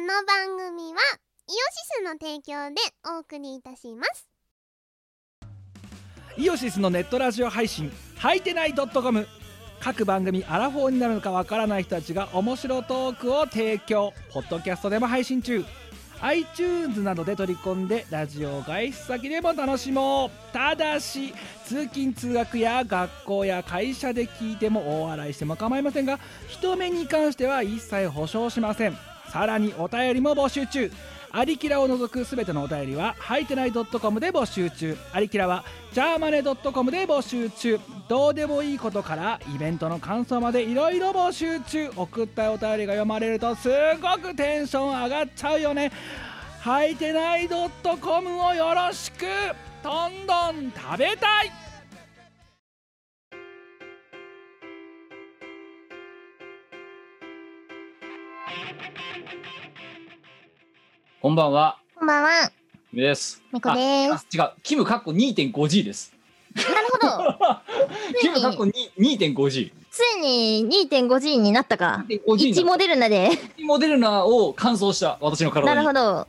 の番組はイオシスの提供でお送りいたします。 イオシスのネットラジオ配信はいてない .com、 各番組アラフォーになるのかわからない人たちが面白トークを提供。ポッドキャストでも配信中。 iTunes などで取り込んでラジオ外出先でも楽しもう。ただし通勤通学や学校や会社で聞いても大笑いしても構いませんが、人目に関しては一切保証しません。さらにお便りも募集中。アリキラを除くすべてのお便りははいてない .com で募集中。アリキラはジャーマネ .com で募集中。どうでもいいことからイベントの感想までいろいろ募集中。送ったお便りが読まれるとすごくテンション上がっちゃうよね。はいてない .com をよろしく。どんどん食べたい。 こんばんは。 こんばんは、 みです。 みこです。 違う、キムかっこ 2.5G です。 なるほどキムかっこ 2.5G。 ついに 2.5G になったか。 2.5G 1モデルナでモデルナを乾燥した私の体に。 なるほど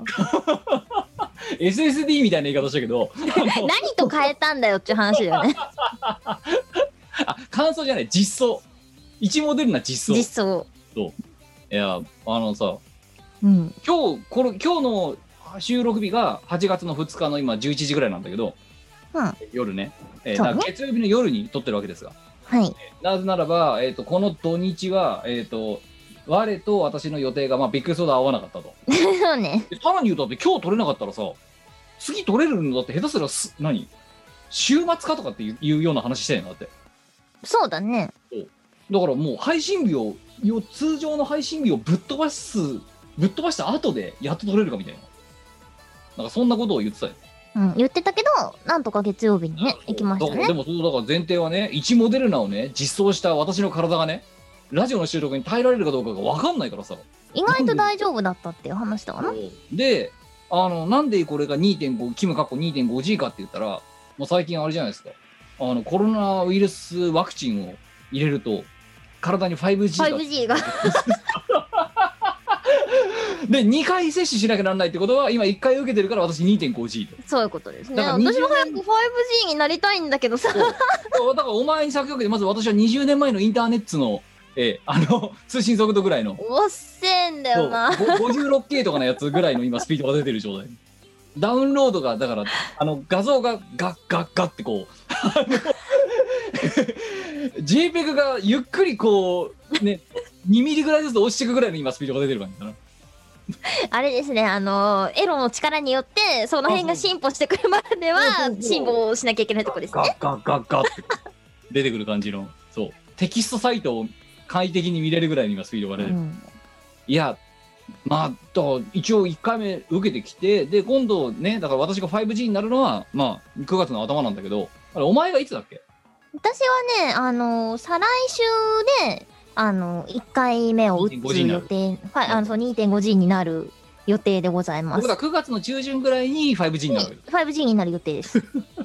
SSD みたいな言い方したけど何と変えたんだよっていう話だよねあ、乾燥じゃない、実装。1モデルナ実装。 実装。 そういや、さ、 うん、 今日の収録日が8月の2日の今11時ぐらいなんだけど、 うん、 夜ね、 そうね、 月曜日の夜に撮ってるわけですが、 はい、 なぜならば、この土日は、我と私の予定が、ビッグソーダ合わなかったとそうね。 さらに言うと、だって今日撮れなかったらさ、次撮れるのだって下手すら週末かとかっていうような話してんのだって。 そうだね。 だからもう配信日を通常の配信日をぶっ飛ばした後でやっと撮れるかみたいな、なんかそんなことを言ってたよ。 うん、言ってたけど、なんとか月曜日にね、行きましたね。 でもそうだから前提はね、1モデルナをね実装した私の体がね、ラジオの収録に耐えられるかどうかが分かんないからさ。 意外と大丈夫だったっていう話だわな。 で、なんでこれが2.5、キムかっこ 2.5G かって言ったら、もう最近あれじゃないですか、コロナウイルスワクチンを入れると体に 5G がで2回接種しなきゃならないってことは、今1回受けてるから私 2.5G と。 そういうことですね。私も早く 5G になりたいんだけどさ。だからお前に先駆けて、まず私は20年前のインターネットの通信速度ぐらいのおっせえんだよな。 56K とかのやつぐらいの今スピードが出てる状態。ダウンロードがだから画像がガッガッガッってこうJPEG がゆっくりこうね2ミリぐらいずつ落ちていくぐらいの今スピードが出てる感じだな。 あれですね、エロの力によってその辺が進歩してくるまでは進歩しなきゃいけないとこですね。 ガッガッガッって出てくる感じの、そうテキストサイトを簡易的に見れるぐらいの今スピードが出てる、いやだから一応1回目受けてきて、で今度ね、だから私が 5G になるのは9月の頭なんだけど、あれお前がいつだっけ？ 私はね、再来週で1回目を打つ予定、2.5G になる予定でございます。 僕は9月の中旬ぐらいに 5G になる。 5G になる予定です。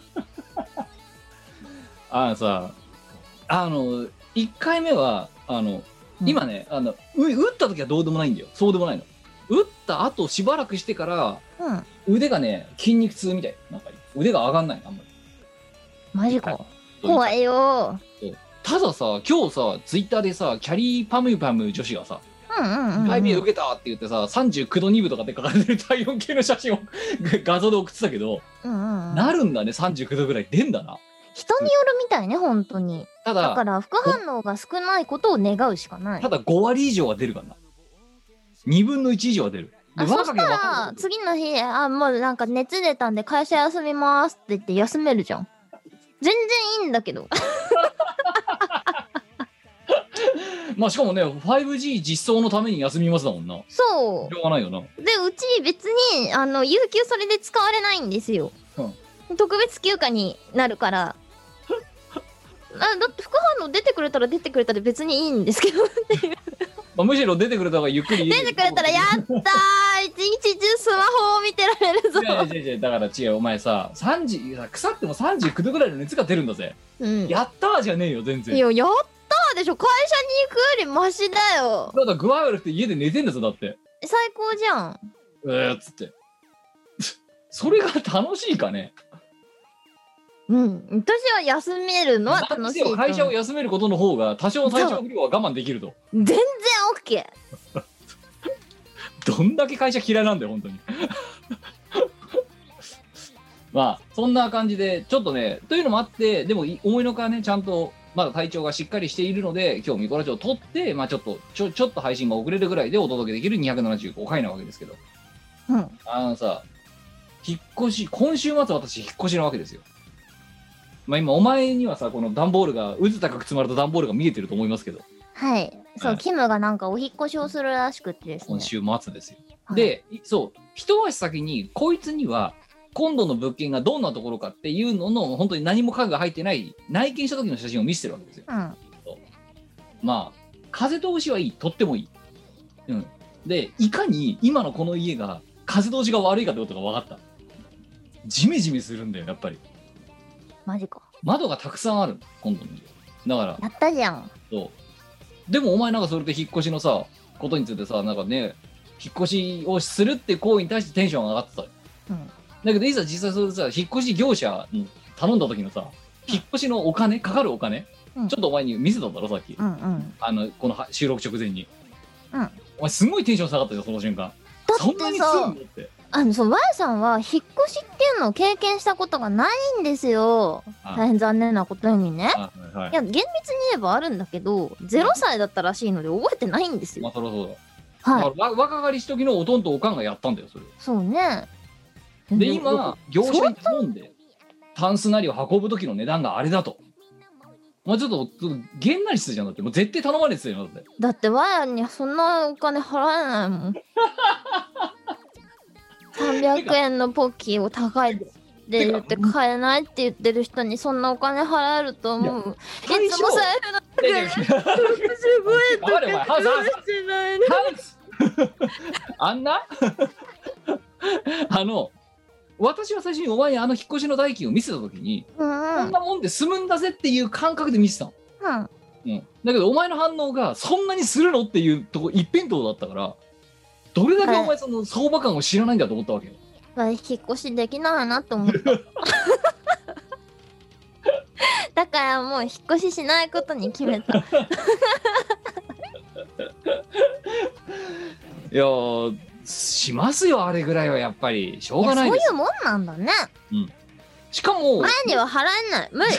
さ、1回目は今ね、打った時はどうでもないんだよ。そうでもないの。打った後しばらくしてから、腕がね筋肉痛みたい。なんか腕が上がんないあんまり。 マジか。怖いよ。 たださ、今日さツイッターでさ、キャリーパムパム女子がさ、1回目受けたって言ってさ、39度2分とかって書かれてる体温計の写真を画像で送ってたけど、なるんだね。39度ぐらい出んだな。 人によるみたいね、本当に。だから副反応が少ないことを願うしかない。 ただ5割以上は出るからな。2分の1以上は出る。 そしたら次の日、もうなんか熱出たんで会社休みますって言って休めるじゃん。全然いいんだけど。 しかもね 5G 実装のために休みますだもんな。 そう。 しょうがないよな。 でうち別に有給それで使われないんですよ。特別休暇になるから。だって副反応出てくれたら出てくれたら別にいいんですけどっていう。 むしろ出てくれた方がゆっくり出てくれたらやったー一日中スマホを見てられるぞ。 だから違う、お前さ腐っても39度ぐらいの熱が出るんだぜ、やったーじゃねえよ全然。 いややったーでしょ。会社に行くよりマシだよ。 だから具合悪くて家で寝てんだぞだって。 最高じゃん。 っつってそれが楽しいかね。 うん、私は休めるのは楽しいと思う。 会社を休めることの方が多少の体調不良は我慢できると。 全然 OK。 どんだけ会社嫌いなんだよ本当にまあそんな感じでちょっとね、というのもあって、でも思いのほかね、ちゃんとまだ体調がしっかりしているので、今日ミコラジオを撮って、まあちょっと配信が遅れるぐらいでお届けできる275回なわけですけど、 うん、 さ、引っ越し、今週末私引っ越しなわけですよ。まあ今お前にはさ、この段ボールが渦高く積まれた段ボールが見えてると思いますけど、 はい、そう、 はい、 キムがなんかお引っ越しをするらしくてですね、 今週末ですよ、 はい、で、 そう一足先にこいつには今度の物件がどんなところかっていうのの本当に何も家具が入ってない内見した時の写真を見せてるわけですよ、 うん、 まあ風通しはいい、とってもいい、うん、でいかに今のこの家が風通しが悪いかってことが分かった。ジメジメするんだよやっぱり。 マジか。 窓がたくさんある今度の家だから。 やったじゃん。 そうでもお前なんかそれで引っ越しのさことについてさ、なんかね、引っ越しをするって行為に対してテンションが上がってたよ、うん、だけどいざ実際それでさ、引っ越し業者に頼んだ時のさ、引っ越しのお金、かかるお金、うん、ちょっとお前に見せただろさっき、うんうん、この収録直前に、うん、お前すごいテンション下がったよその瞬間。そんなにすんのって。 そう、ワイさんは引っ越しっていうのを経験したことがないんですよ。大変残念なことにね。はいはい、いや厳密に言えばあるんだけど、0歳だったらしいので覚えてないんですよ。 まあそりゃそうだ。はい。若かりし時のおとんとおかんがやったんだよそれ。 そうね。 で今業者に頼んでタンスなりを運ぶ時の値段があれだと。まあちょっとげんなりしてたじゃん。だってもう絶対頼まれてたよだって。 だってワイにそんなお金払えないもん。300円のポッキーを高いで言って買えないって言ってる人にそんなお金払えると思う。いつも財布の中に65円とかしてないの。 あんな私は最初にお前に引っ越しの代金を見せた時に、こんなもんで済むんだぜっていう感覚で見せたの、うん、だけどお前の反応がそんなにするのっていうとこ一辺倒だったから、どれだけお前その相場感を知らないんだと思ったわけよ。 引っ越しできないなと思っただからもう引っ越ししないことに決めたいやしますよあれぐらいはやっぱりしょうがないです。 そういうもんなんだね、 うん、しかも前には払えない、無理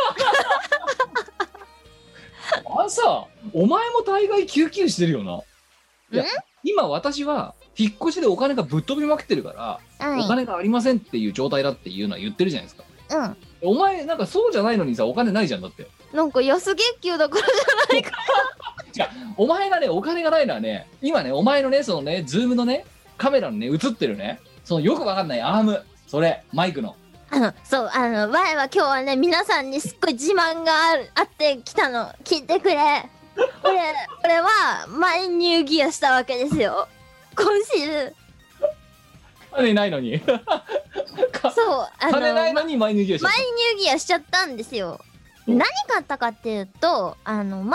さ、お前も大概救急してるよな。いや今私は引っ越しでお金がぶっ飛びまくってるから、お金がありませんっていう状態だっていうのは言ってるじゃないですか。お前なんかそうじゃないのにさ、お金ないじゃんだって。 なんか安月給だからじゃないか違う、お前がねお金がないのはね、今ねお前のねそのねズームのねカメラのね映ってるね、そのよくわかんないアーム、それマイクのそうワイは今日はね皆さんにすっごい自慢があってきたの。聞いてくれ俺は前入ギアしたわけですよ今シーズン。 金ないのにそう金ないのに前入ギアしちゃった。 前入ギアしちゃったんですよ。何買ったかっていうとマ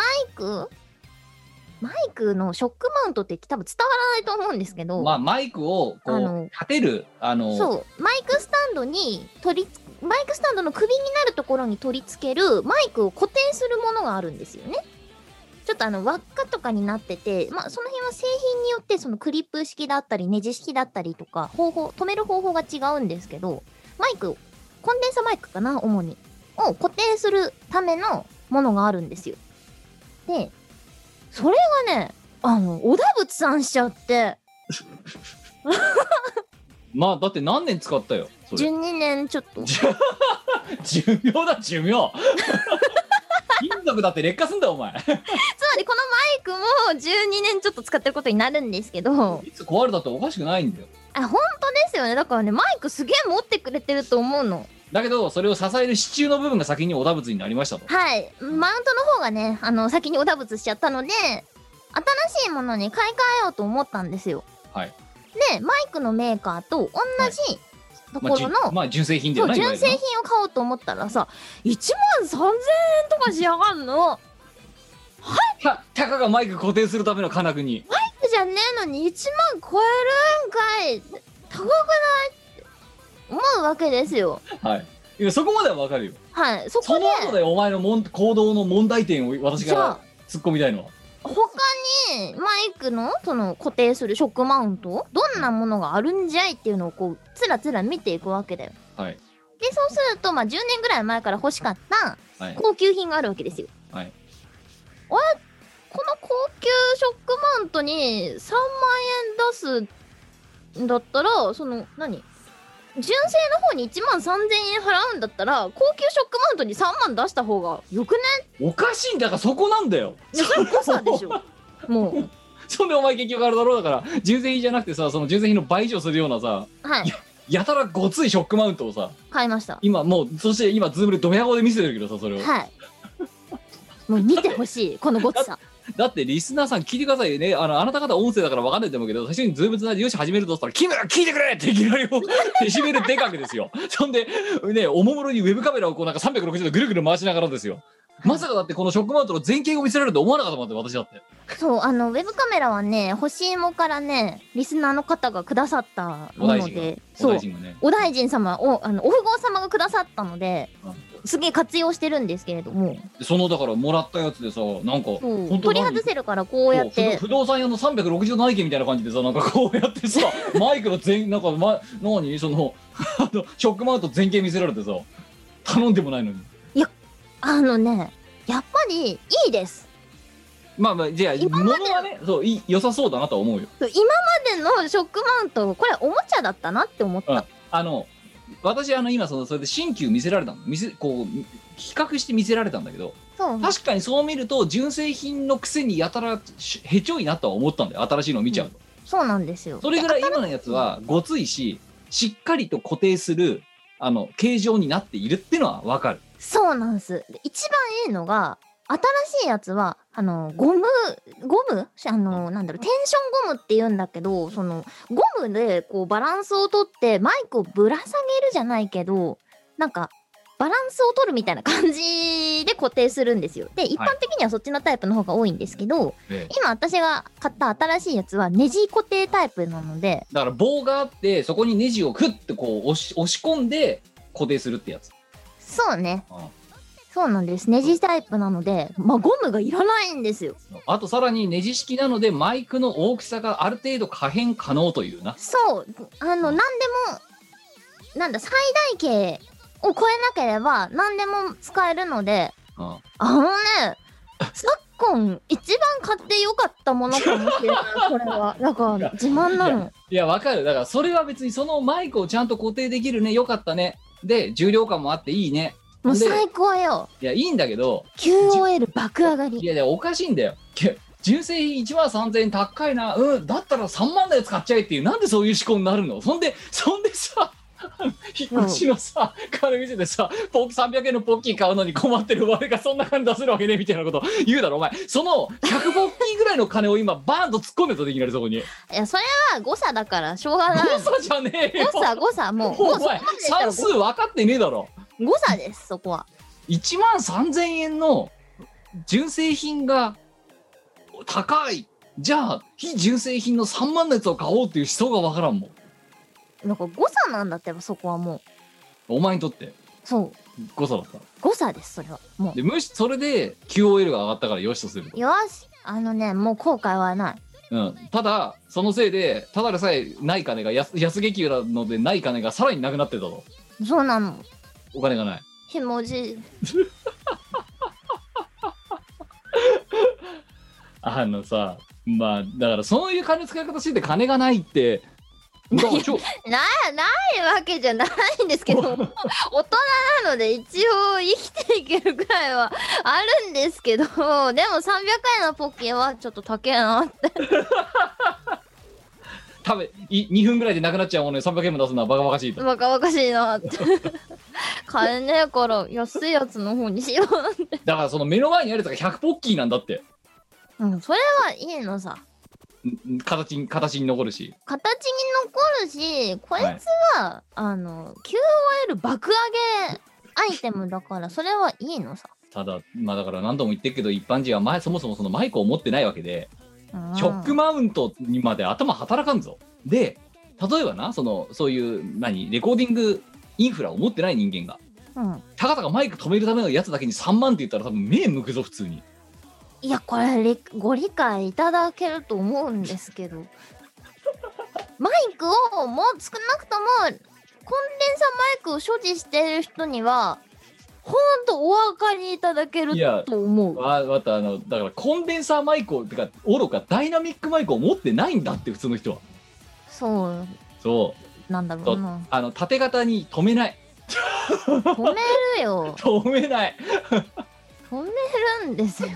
イクのショックマウントって多分伝わらないと思うんですけど、 まあマイクをこう立てるそうマイクスタンドにマイクスタンドの首になるところに取り付けるマイクを固定するものがあるんですよね。ちょっと輪っかとかになってて、まあその辺は製品によってそのクリップ式だったりネジ式だったりとか止める方法が違うんですけど、マイクコンデンサマイクかな主にを固定するためのものがあるんですよ。でそれがね小田仏さんしちゃってまあだって何年使ったよそれ。 12年ちょっと寿命だ寿命金属だって劣化すんだよお前つまりこのマイクも12年ちょっと使ってることになるんですけど、 いつ壊れたっておかしくないんだよ。 本当ですよね。だからねマイクすげえ持ってくれてると思うの。だけどそれを支える支柱の部分が先に小田仏になりましたと。 はい、マウントの方がね先に小田仏しちゃったので新しいものに買い替えようと思ったんですよ。 はい。 でマイクのメーカーと同じところの、 まあ純正品だよね。 純正品を買おうと思ったらさ1万3000円とかしやがんの。 たかがマイク固定するための金具にマイクじゃねのに1万超えるんかい、高くないって思うわけですよ。 はい。いや、そこまではわかるよ。 はい、そこそでの後でお前の行動の問題点を私がじゃあ突っ込みたいのは。 他にマイクのその固定するショックマウントどんなものがあるんじゃいっていうのをこうつらつら見ていくわけだよ。 はい。 でそうするとまあ10年ぐらい前から欲しかったはい。 高級品があるわけですよ。 はい。 この高級ショックマウントに3万円出すんだったら、その何純正の方に1万3000円払うんだったら高級ショックマウントに3万出した方がよくね。 おかしいんだから、そこなんだよ。 いやそれ誤差でしょもう。 そんでお前結局あれだろう、だから純正品じゃなくてさ、その純正品の倍以上するようなさ、 はいやたらごついショックマウントをさ、 買いました。 今もう、そして今ズームでドヤ顔で見せてるけどさ、それを。 はいもう見てほしいこのごつさ。 だってリスナーさん聞いてくださいよね。あなた方音声だから分かんないと思うけど、最初にズームつないでよし始めるとしたら、キム聞いてくれっていきなりデシベルでかくですよ。そんでね、おもむろにウェブカメラをこうなんか360度ぐるぐる回しながらですよ。まさかだってこのショックマウントの前景を見せられると思わなかったもんって、私だって。 そうウェブカメラはね欲しいもからねリスナーの方がくださったもので、そうお大臣様お富豪様がくださったので、すげえ活用してるんですけれども、 そのだからもらったやつでさ、なんか取り外せるからこうやって不動産屋の360度内見みたいな感じでさ、なんかこうやってさマイクのなんか、何そのショックマウント前景見せられてさ、頼んでもないのに。 やっぱりいいです。 まあじゃあ物はね、そう良さそうだなとは思うよ。 今までのショックマウントこれおもちゃだったなって思った。 私今それで新旧見せられたの、こう比較して見せられたんだけど、確かにそう見ると純正品のくせにやたらへちょいなとは思ったんだよ、新しいのを見ちゃうと。 そうなんですよ。 それぐらい今のやつはごついし、しっかりと固定する形状になっているっていうのは分かる。 そうなんです。一番いいのが新しいやつはゴムなんだろう、テンションゴムって言うんだけど、そのゴムでこうバランスをとってマイクをぶら下げるじゃないけど、なんかバランスを取るみたいな感じで固定するんですよ。で一般的にはそっちのタイプの方が多いんですけど、今私が買った新しいやつはネジ固定タイプなので、 だから棒があってそこにネジをクッてこう押し込んで固定するってやつ。 そうね、そうなんです。ネジタイプなので、ゴムがいらないんですよ。 あとさらにネジ式なのでマイクの大きさがある程度可変可能というな。 そうなんでもなんだ最大径を超えなければ何でも使えるので、昨今一番買ってよかったものかもしれないこれは。だから自慢なの。 いやわかる。だからそれは別にそのマイクをちゃんと固定できるね、よかったね、で重量感もあっていいね、 もう最高よ。 いやいいんだけど QOL 爆上がり。 いやおかしいんだよ。純正品1万3000円高いな、だったら3万台使っちゃえっていう、なんでそういう思考になるの。そんでさ引っ越しのさ、金見せてさ、300円のポッキー買うのに困ってる我がそんな金出せるわけねみたいなこと言うだろお前。その100ポッキーぐらいの金を今バーンと突っ込んでたでいきなりそこに。いやそれは誤差だからしょうがない。 誤差じゃねえよ。 誤差もうお前算数分かってねえだろ。 誤差ですそこは。 1万3000円の純正品が高い、じゃあ非純正品の3万のやつを買おうっていう思想が分からんもん。 なんか誤差なんだってそこはもうお前にとってそう誤差だった。 誤差ですそれは。もうでそれで QOL が上がったからよしとすると。 よしもう後悔はない。 ただそのせいでただでさえない金が安月給なのでない金がさらになくなってたと。 そうなの。 お金がない。 ひもじさ、まあだからそういう金使い方してて金がないってないわけじゃないんですけど大人なので一応生きていけるくらいはあるんですけど、でも300円のポッキーはちょっと高えなって 2分ぐらいでなくなっちゃうものに300円も出すのはバカバカしいと。 バカバカしいなって買えねえから安いやつの方にしようって。 だからその目の前にあるやつが100ポッキーなんだって。それはいいのさ。 形に残るしこいつは、QOL 爆上げアイテムだからそれはいいのさ。 ただだから何度も言ってるけど一般人はそもそもそのマイクを持ってないわけで、 ショックマウントにまで頭働かんぞ。で例えばなそういうレコーディングインフラを持ってない人間が、たかたかマイク止めるためのやつだけに3万って言ったら多分目向くぞ普通に。 いやこれご理解いただけると思うんですけどマイクを少なくともコンデンサーマイクを所持している人にはほんとお分かりいただけると思う。 まただからコンデンサーマイクをてか愚かダイナミックマイクを持ってないんだって普通の人は。そうなんだろうな、 縦型に止めない止めるよ止めない止めるんですよ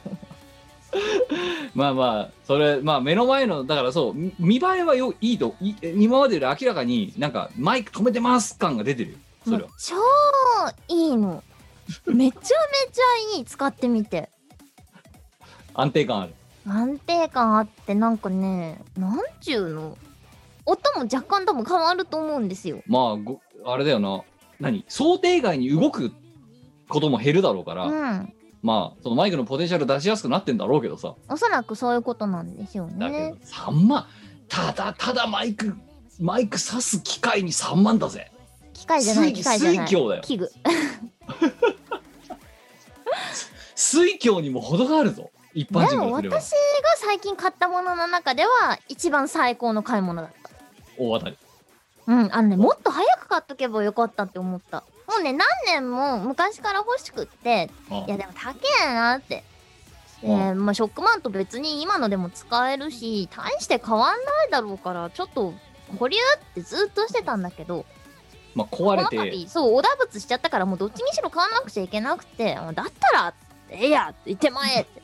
まあそれ目の前のだから見栄えはいいと今までより明らかになんかマイク止めてます感が出てるよそれは。 超いいのめちゃめちゃいい。使ってみて安定感ある。 安定感あってなんかねなんちゅうの音も若干多分変わると思うんですよ。 あれだよな想定外に動くことも減るだろうから、そのマイクのポテンシャル出しやすくなってんだろうけどさ、 おそらくそういうことなんでしょうね。 だけど3万ただマイク挿す機械に3万だぜ。 機械じゃない水鏡だよ器具水鏡にも程があるぞ一般人からすれば。 私が最近買ったものの中では一番最高の買い物だった。 大当たり。 もっと早く買っとけばよかったって思った。もうね何年も昔から欲しくって、いやでも高えなって。ショックマウント別に今のでも使えるし大して変わんないだろうからちょっと保留ってずっとしてたんだけど、 壊れてこの度おだぶつしちゃったからもうどっちにしろ買わなくちゃいけなくて、だったらええやって言ってまえって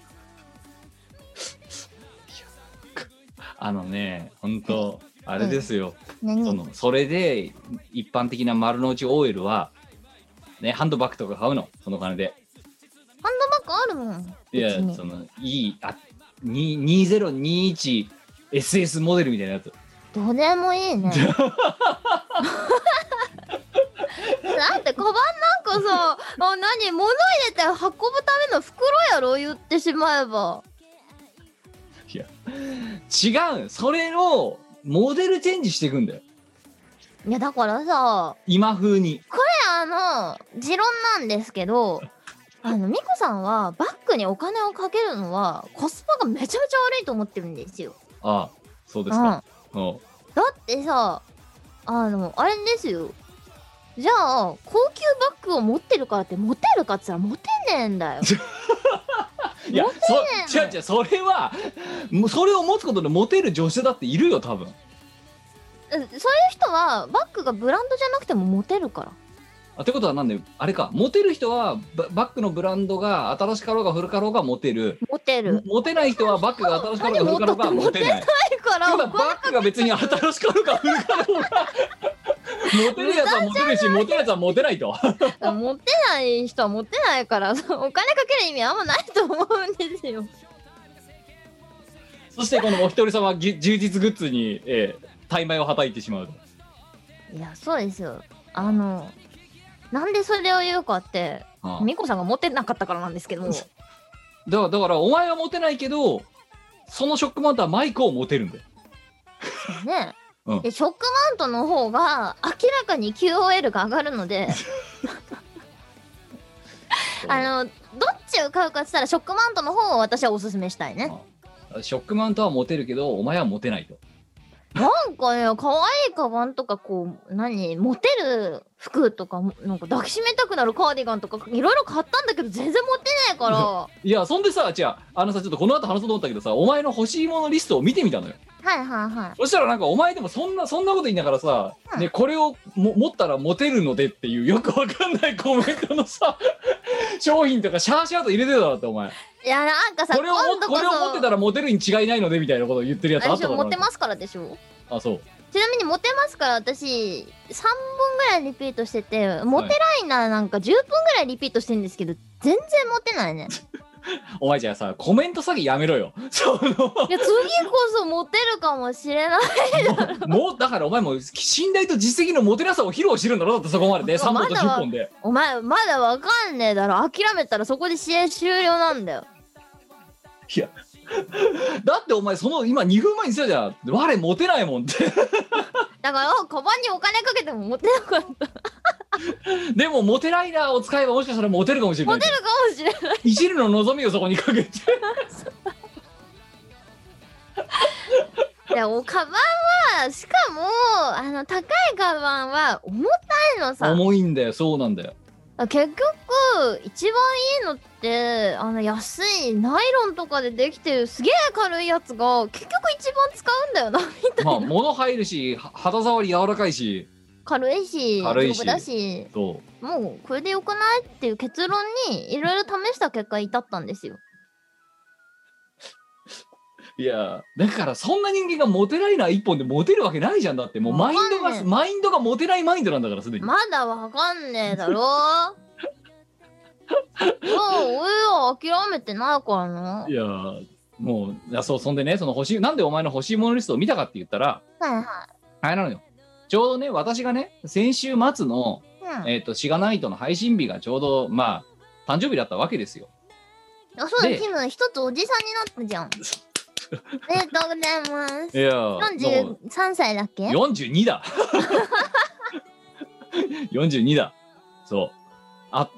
本当あれですよ、 何それで一般的な丸の内 OL はねハンドバッグとか買うのその金で。 ハンドバッグあるもん。 いや2021 SS モデルみたいなやつどうでもいいねだってカバンなんかさ物入れて運ぶための袋やろ言ってしまえば。 いや違う、それをモデルチェンジしていくんだよ。 いやだからさ今風にこれ持論なんですけどミコさんはバッグにお金をかけるのはコスパがめちゃめちゃ悪いと思ってるんですよ。 ああそうですか、 だってさあれですよ、じゃあ高級バッグを持ってるからってモテるかって言ったらモテねえんだよいや違うそれはそれを持つことでモテる女性だっているよ多分。 そういう人はバッグがブランドじゃなくてもモテるから。 ってことはなんであれか、モテる人はバッグのブランドが新しかろうが古かろうがモテる。 モテない人はバッグが新しかろうが古かろうがモテない。 からバッグが別に新しかろうが古かろうがモテるやつはモテるしモテるやつはモテないとモテない人はモテないからお金かける意味あんまないと思うんですよ。 そしてこのお一人様充実グッズに、大枚をはたいてしまうと。 いやそうですよ。なんでそれを言うかってミコさんがモテなかったからなんですけどもだからお前はモテないけどそのショックマウントはマイクをモテるんだよね。でショックマウントの方が明らかに QOL が上がるのでどっちを買うかって言ったらショックマウントの方を私はおすすめしたいね。 ショックマウントはモテるけどお前はモテないと。 なんかね可愛いカバンとかモテる服とかなんか抱きしめたくなるカーディガンとかいろいろ買ったんだけど全然モテねえからいやそんでさちょっとこの後話そうと思ったけどさ、お前の欲しいものリストを見てみたのよ。そしたらなんかお前でもそんなこと言いながらさ、これを持ったらモテるのでっていうよくわかんないコメントのさ商品とかシャーシャーと入れてただってお前。 いやなんかさこれを持ってたらモテるに違いないのでみたいなことを言ってるやつあったから。 モテますからでしょ。 あそう。 ちなみにモテますから私3本ぐらいリピートしてて、モテライナーなんか10分ぐらいリピートしてるんですけど全然モテないねお前じゃあさコメント詐欺やめろよいや次こそモテるかもしれないだからお前も信頼と実績のモテなさを披露してるんだろ。だってそこまでね3本と10本でお前まだわかんねえだろ。諦めたらそこで試合終了なんだよ。 いやだってお前その今2分前に言ってたじゃん、我モテないもんって。 だからカバンにお金かけても持てなかった。 でもモテライダーを使えばもしかしたらモテるかもしれない。 モテるかもしれない。 一縷の望みをそこにかけて。 でもカバンはしかも高いカバンは重たいのさ。 重いんだよ。そうなんだよ。 結局一番いいのって安いナイロンとかでできてるすげえ軽いやつが結局一番使うんだよなみたいな。まあ物入るし肌触り柔らかいし軽いし丈夫だし、 そうもうこれでよくないっていう結論にいろいろ試した結果至ったんですよ。 いやだからそんな人間がモテないな一本でモテるわけないじゃん。だってもうマインドがモテないマインドなんだからすでに。 まだわかんねえだろ。もう俺は諦めてないからな。 いやもうそんでね、そのなんでお前の欲しいものリストを見たかって言ったら、 はいはい、 あれなのよ。ちょうどね私がね先週末の、シガナイトの配信日がちょうどまあ誕生日だったわけですよ。 あ、そうだ、キム一つおじさんになったじゃん。ありがとうございます。いや43歳だっけ ?42 だ。42だ。そう。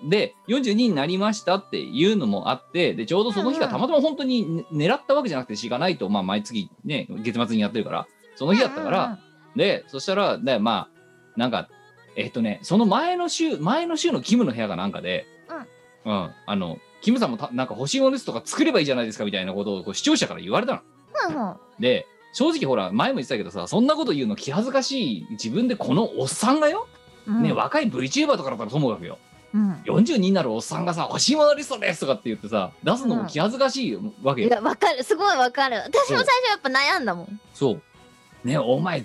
で42になりましたっていうのもあって、でちょうどその日がたまたま本当に狙ったわけじゃなくてしがないと、まあ毎月ね月末にやってるからその日だったから、でそしたらまあなんかその前の週のキムの部屋がなんかで、キムさんもなんか欲しいものですとか作ればいいじゃないですかみたいなことを視聴者から言われたの。で正直ほら前も言ってたけどさ、そんなこと言うの気恥ずかしい自分でこのおっさんがよ、ね若い VTuber とかだったらともかくよ、42になるおっさんがさ欲しいものリストですとかって言ってさ出すのも気恥ずかしいわけよ。 いやわかる、すごいわかる。私も最初やっぱ悩んだもん。 そうね、お前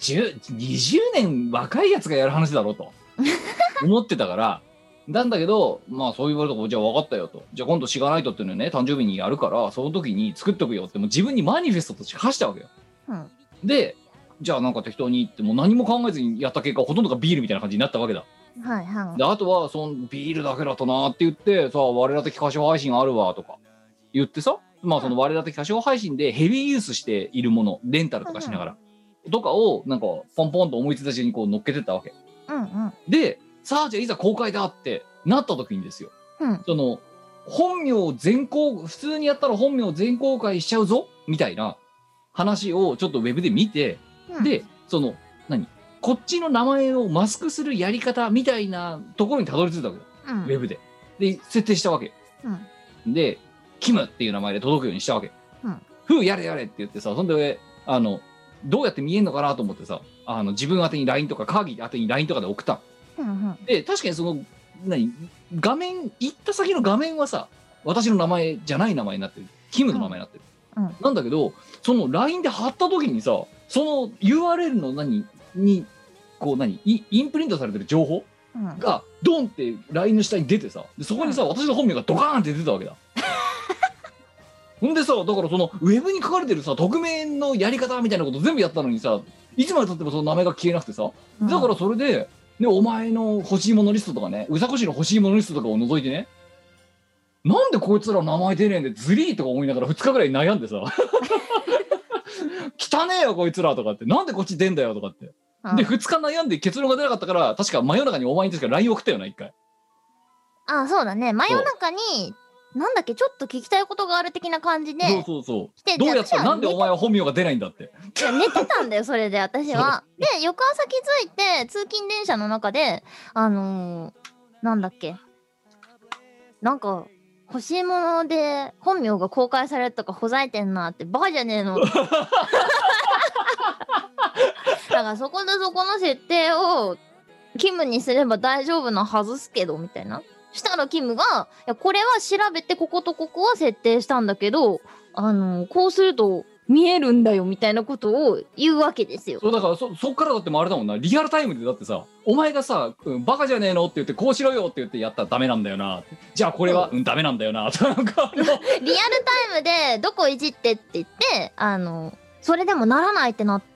20年若いやつがやる話だろと思ってたからなんだけど、まあそう言われたからじゃあ分かったよと、じゃあ今度シガナイトっていうのね誕生日にやるからその時に作っとくよってもう自分にマニフェストとして課したわけよ、でじゃあなんか適当に言ってもう何も考えずにやった結果ほとんどがビールみたいな感じになったわけだ。であとはそのビールだけだとなって言ってさ、我ら的歌唱配信あるわとか言ってさ、まあその我ら的歌唱配信でヘビーユースしているものレンタルとかしながら、とかをなんかポンポンと思いついたうちにこう乗っけてったわけ、でさあじゃあいざ公開だってなった時にですよ、その本名普通にやったら本名全公開しちゃうぞみたいな話をちょっとウェブで見て、でそのこっちの名前をマスクするやり方みたいなところにたどり着いたわけよ、ウェブで設定したわけ、でキムっていう名前で届くようにしたわけ、ふうやれやれって言ってさ、そんでどうやって見えんのかなと思ってさ、自分宛てに LINE とかカーギー宛てに LINE とかで送ったの、で確かにその画面行った先の画面はさ私の名前じゃない名前になってる、キムの名前になってる、なんだけどその LINE で貼った時にさ、その URL のこうインプリントされてる情報がドンって LINE の下に出てさ、でそこにさ、私の本名がドカーンって出たわけだ。ほんでさ、だからそのウェブに書かれてるさ匿名のやり方みたいなこと全部やったのにさ、いつまでたってもその名前が消えなくてさ、だからそれで、お前の欲しいものリストとかね、うさこしの欲しいものリストとかを除いてね、なんでこいつら名前出ねえんでズリーとか思いながら2日ぐらい悩んでさ汚ねえよこいつらとかって、なんでこっち出んだよとかって、で2日悩んで結論が出なかったから、確か真夜中にお前に確か LINE 送ったよな1回。 ああそうだね、真夜中になんだっけちょっと聞きたいことがある的な感じで、 そうどうやってなんでお前は本名が出ないんだって。 いや寝てたんだよそれで私は。で翌朝気づいて通勤電車の中でなんだっけなんか欲しいもので本名が公開されるとかほざいてんなって、バカじゃねえの。だからそこの設定をキムにすれば大丈夫なはずっすけどみたいな。したらキムがいやこれは調べてこことここは設定したんだけどこうすると見えるんだよみたいなことを言うわけですよ。 そうだからそっからだってもあれだもんな、リアルタイムでだってさ、お前がさ、バカじゃねえのって言ってこうしろよって言ってやったらダメなんだよな、じゃあこれはダメなんだよなとなんかリアルタイムでどこいじってって言ってそれでもならないってなって、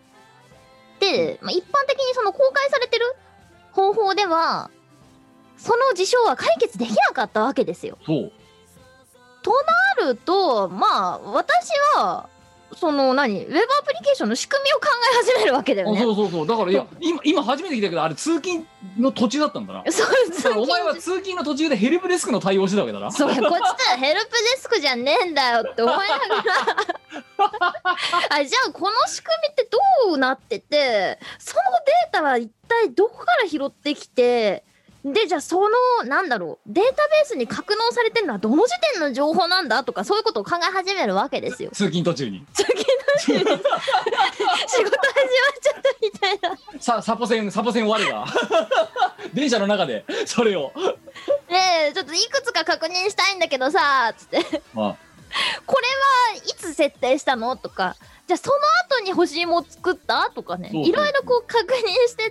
一般的にその公開されてる方法ではその事象は解決できなかったわけですよ。 そうとなると、まあ私はそのウェブアプリケーションの仕組みを考え始めるわけだよね。 そうそうそう。だからいや今初めて聞いたけど、あれ通勤の途中だったんだな。 そうだからお前は通勤の途中でヘルプデスクの対応してたわけだな。 そう、こっちとはヘルプデスクじゃねえんだよって思いながらじゃあこの仕組みってどうなってて、そのデータは一体どこから拾ってきて、でじゃあそのデータベースに格納されてるのはどの時点の情報なんだとか、そういうことを考え始めるわけですよ。 通勤途中に通勤途中に仕事始まっちゃったみたいな。 サポセン我が電車の中でそれをねえちょっといくつか確認したいんだけどさつってこれはいつ設定したのとか、じゃあその後に欲しいも作ったとかね、いろいろこう確認してって、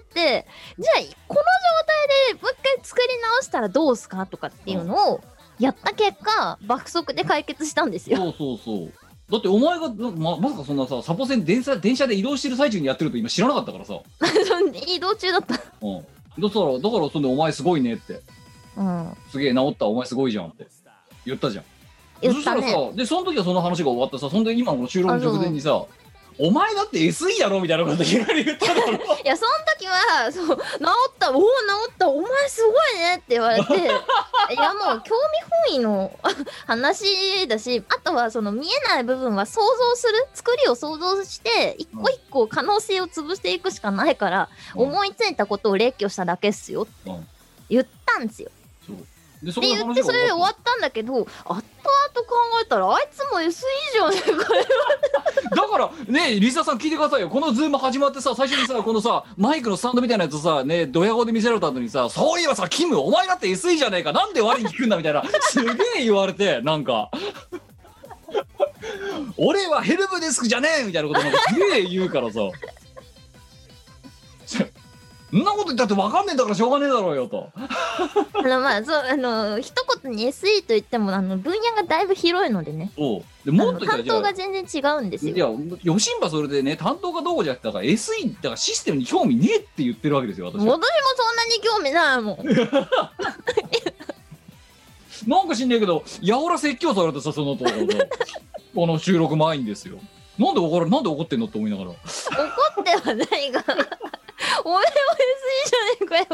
じゃあこの状態でもう一回作り直したらどうすかとかっていうのをやった結果、爆速で解決したんですよ。 そうだってお前がまさかそんなさ、サポセン電車で移動してる最中にやってると今知らなかったからさ移動中だった。 だからそんでお前すごいねって、すげえ治った、お前すごいじゃんって言ったじゃん。 言ったね。 そしたらさ、でその時はその話が終わってさ、そんで今の収録の直前にさ、お前だって SE やろみたいなこと言っただろいやその時はそう治った治ったお前すごいねって言われていやもう興味本位の話だし、あとはその見えない部分は想像する、作りを想像して一個一個可能性を潰していくしかないから、思いついたことを列挙しただけっすよって言ったんですよ。で言ってそれで終わったんだけど、後々考えたらあいつも SE じゃねえかよだからね、リサさん聞いてくださいよ。このズーム始まってさ、最初にさ、このさマイクのスタンドみたいなやつさね、ドヤ顔で見せられた後にさ、そういえばさキムお前だって SE じゃねえか、なんで我に聞くんだみたいなすげえ言われて、なんか俺はヘルプデスクじゃねえみたいなことなんかすげえ言うからさそんなこと言ったって分かんねえんだからしょうがねえだろうよとまあそう一言に SE と言っても分野がだいぶ広いのでね。 でもっと担当が全然違うんですよ。 いやヨシンバそれでね、担当がどうじゃなくて、だから SE だからシステムに興味ねえって言ってるわけですよ、私は。 私もそんなに興味ないもんなんか知んねえけど、やおら説教されてさ、そのところでこの収録前にですよ。なんで怒ってんのって思いながら。怒ってはないがお前は SE じゃねえかよ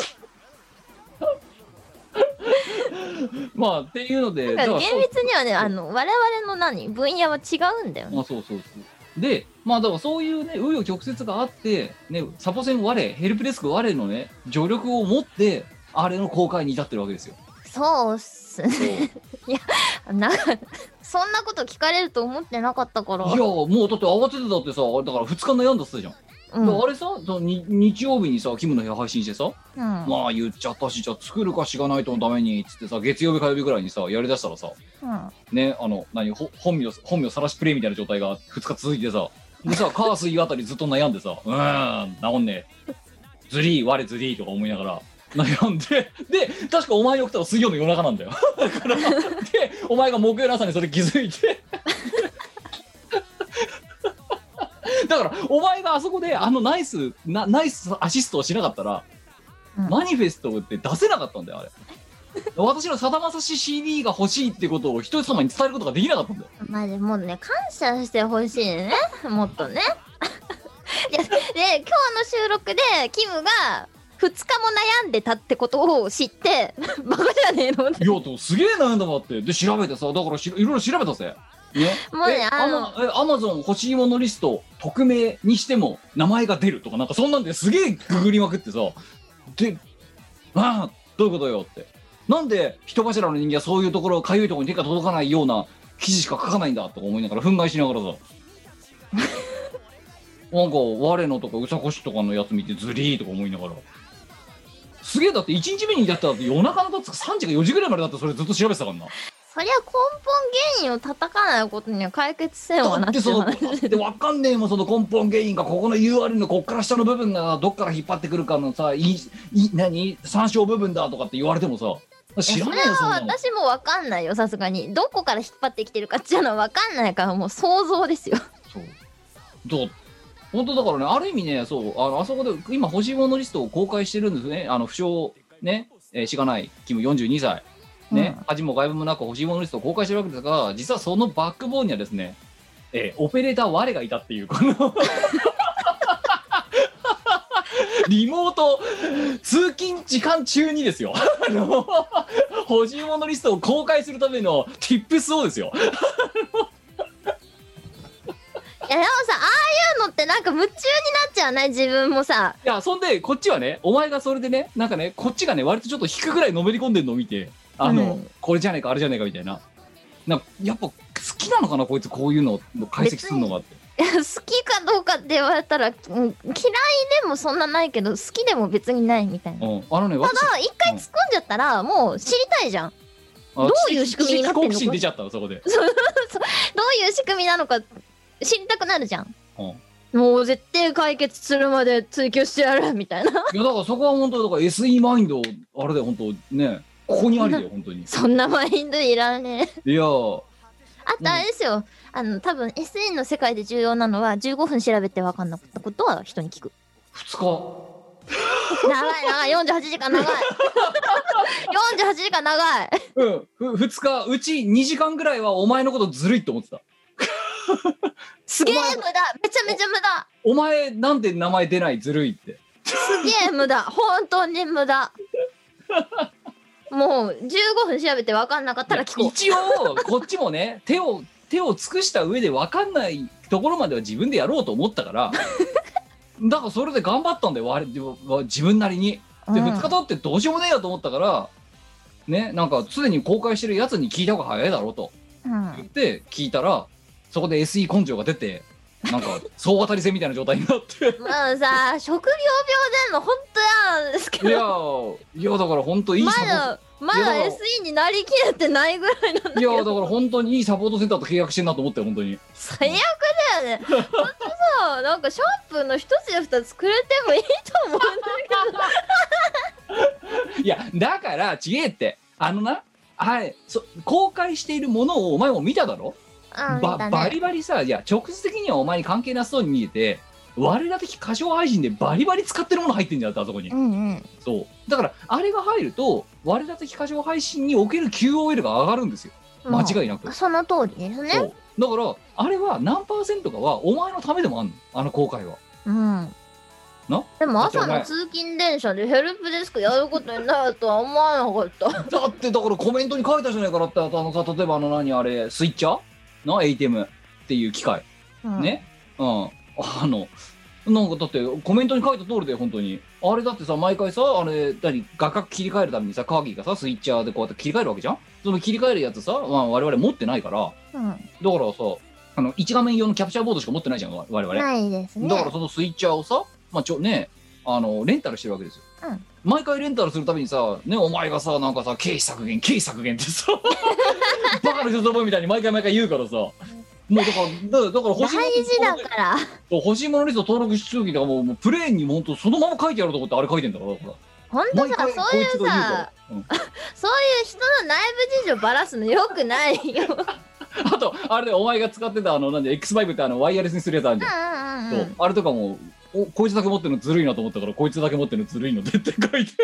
まあっていうので、 だから厳密にはね我々の分野は違うんだよね。 そうで、まあだからそういうね紆余曲折があってね、サポセン我ヘルプデスク我のね助力を持ってあれの公開に至ってるわけですよ。 そうっすねいやそんなこと聞かれると思ってなかったから。いやもうだって慌ててたってさ、だから2日悩んだっつったじゃん。あれさ、日曜日にさキムの部屋配信してさ、まあ言っちゃったし、じゃあ作るかしがないとのためにっつってさ、月曜日火曜日ぐらいにさやりだしたらさ、ね本名さらしプレイみたいな状態が2日続いてさ、でさ火水あたりずっと悩んでさ、治んねえズリー我ズリーとか思いながら悩んで、で確かお前に送ったの水曜の夜中なんだよだからでお前が木曜の朝にそれ気づいてだからお前があそこでナイスアシストをしなかったら、マニフェストって出せなかったんだよあれ私のさだまさし CD が欲しいってことを人様に伝えることができなかったんだよ。 まあでもね、感謝してほしいねもっとねいやで今日の収録でキムが2日も悩んでたってことを知ってバカじゃねえのって。 いやすげえ悩んだもんって。で調べてさ、だからいろいろ調べたぜね、 もうねアマゾン欲しいものリスト匿名にしても名前が出るとかなんかそんなんですげえググりまくってさ、でどういうことよって、なんで人柱の人間はそういうところかゆいところに手が届かないような記事しか書かないんだとか思いながら憤慨しながらさなんか我のとかうさこしとかのやつ見てズリーとか思いながら、すげえ、だって1日目にやったら夜中の3時か4時ぐらいまでだってそれずっと調べてたからな。 そりゃ根本原因を叩かないことには解決せんわなって話で分かんねえもん、その根本原因がここの URL のこっから下の部分がどっから引っ張ってくるかのさ参照部分だとかって言われてもさ知らないよ。 それは私も分かんないよ、さすがにどこから引っ張ってきてるかっていうのは分かんないから、もう想像ですよ。 そう本当だからね、ある意味ね、そうあそこで今欲しいものリストを公開してるんですね。不詳ね、しがないキム42歳ね、恥も外部もなく欲しいものリストを公開してるわけですが、実はそのバックボーンにはですね、オペレーター我がいたっていうこのリモート通勤時間中にですよ欲しいものリストを公開するための Tips をですよいやでもさ、ああいうのってなんか夢中になっちゃうね、自分もさ。 いや、そんでこっちはね、お前がそれでね、なんかね、こっちがね割とちょっと引くぐらいのめり込んでるのを見て、これじゃねえかあれじゃねえかみたいな、なんかやっぱ好きなのかなこいつ、こういうの解析するのがって。 好きかどうかって言われたら、嫌いでもそんなないけど好きでも別にないみたいな。ただ一回突っ込んじゃったらもう知りたいじゃん。どういう仕組みになってんのか。 知識好奇心出ちゃったのそこで。 どういう仕組みなのか知りたくなるじゃん。もう絶対解決するまで追求してやるみたいな。いやだからそこは本当だから SE マインドあれだよ本当ね、ここにありだよ本当に。 そんなマインドいらねえ。いやあとあれですよ、多分 SE の世界で重要なのは15分調べて分かんなかったことは人に聞く。 2日長い48時間長い48時間長い。 2日うち2時間ぐらいはお前のことずるいって思ってた。 すげえ無駄、めちゃめちゃ無駄。 お前なんで名前出ないずるいって。 すげえ無駄、本当に無駄。もう15分調べて分かんなかったら聞こう。 一応こっちもね手を尽くした上で分かんないところまでは自分でやろうと思ったからだからそれで頑張ったんだよ自分なりに。で、2日経ってどうしようもねえやと思ったからね、なんかすでに公開してるやつに聞いた方が早いだろうと言って聞いたら、そこで SE 根性が出てなんか総当たり戦みたいな状態になってまあさ、職業病での本当嫌なんですけど。 いやだから本当いいサポート、 まだ SE になりきれてないぐらいなんだけど。 いやだから本当にいいサポートセンターと契約してんなと思ったよ本当に。 最悪だよね。本当さ、なんかシャンプーの一つや二つくれてもいいと思うんだけどいやだからちげえって、公開しているものをお前も見ただろ。バリバリさ、いや直接的にはお前に関係なさそうに見えて、我ら的歌唱配信でバリバリ使ってるもの入ってんじゃんあそこに。そうだからあれが入ると我ら的歌唱配信における QOL が上がるんですよ、間違いなく。 その通りですね。 だからあれは何%かはお前のためでもあんの、あの公開は。 でも朝の通勤電車でヘルプデスクやることになるとは思わなかった。 だってだからコメントに書いたじゃないかなって、例えば何あれスイッチャーの ATM っていう機械、ね、なんかだってコメントに書いた通りで本当にあれだってさ、毎回さ画角切り替えるためにさカーギーがさスイッチャーでこうやって切り替えるわけじゃん。その切り替えるやつさ、我々持ってないから、だからさ1画面用のキャプチャーボードしか持ってないじゃん我々。 ないですね。 だからそのスイッチャーをさ、レンタルしてるわけですよ。毎回レンタルするたびにさ、ね、お前がさなんかさ経費削減ってさバカの人みたいに毎回言うからさ、もうだから欲しい大事だから欲しいものリスト登録しときがもうプレーンに本当そのまま書いてやろうと思ってあれ書いてんだから。 本当さ、そういうさ、そういう人の内部事情ばらすのよくないよ。 あとあれでお前が使ってたX5 ってワイヤレスにするやつあるじゃん。そうあれとかもこいつだけ持ってるのずるいなと思ったから、こいつだけ持ってるのずるいのでって書いて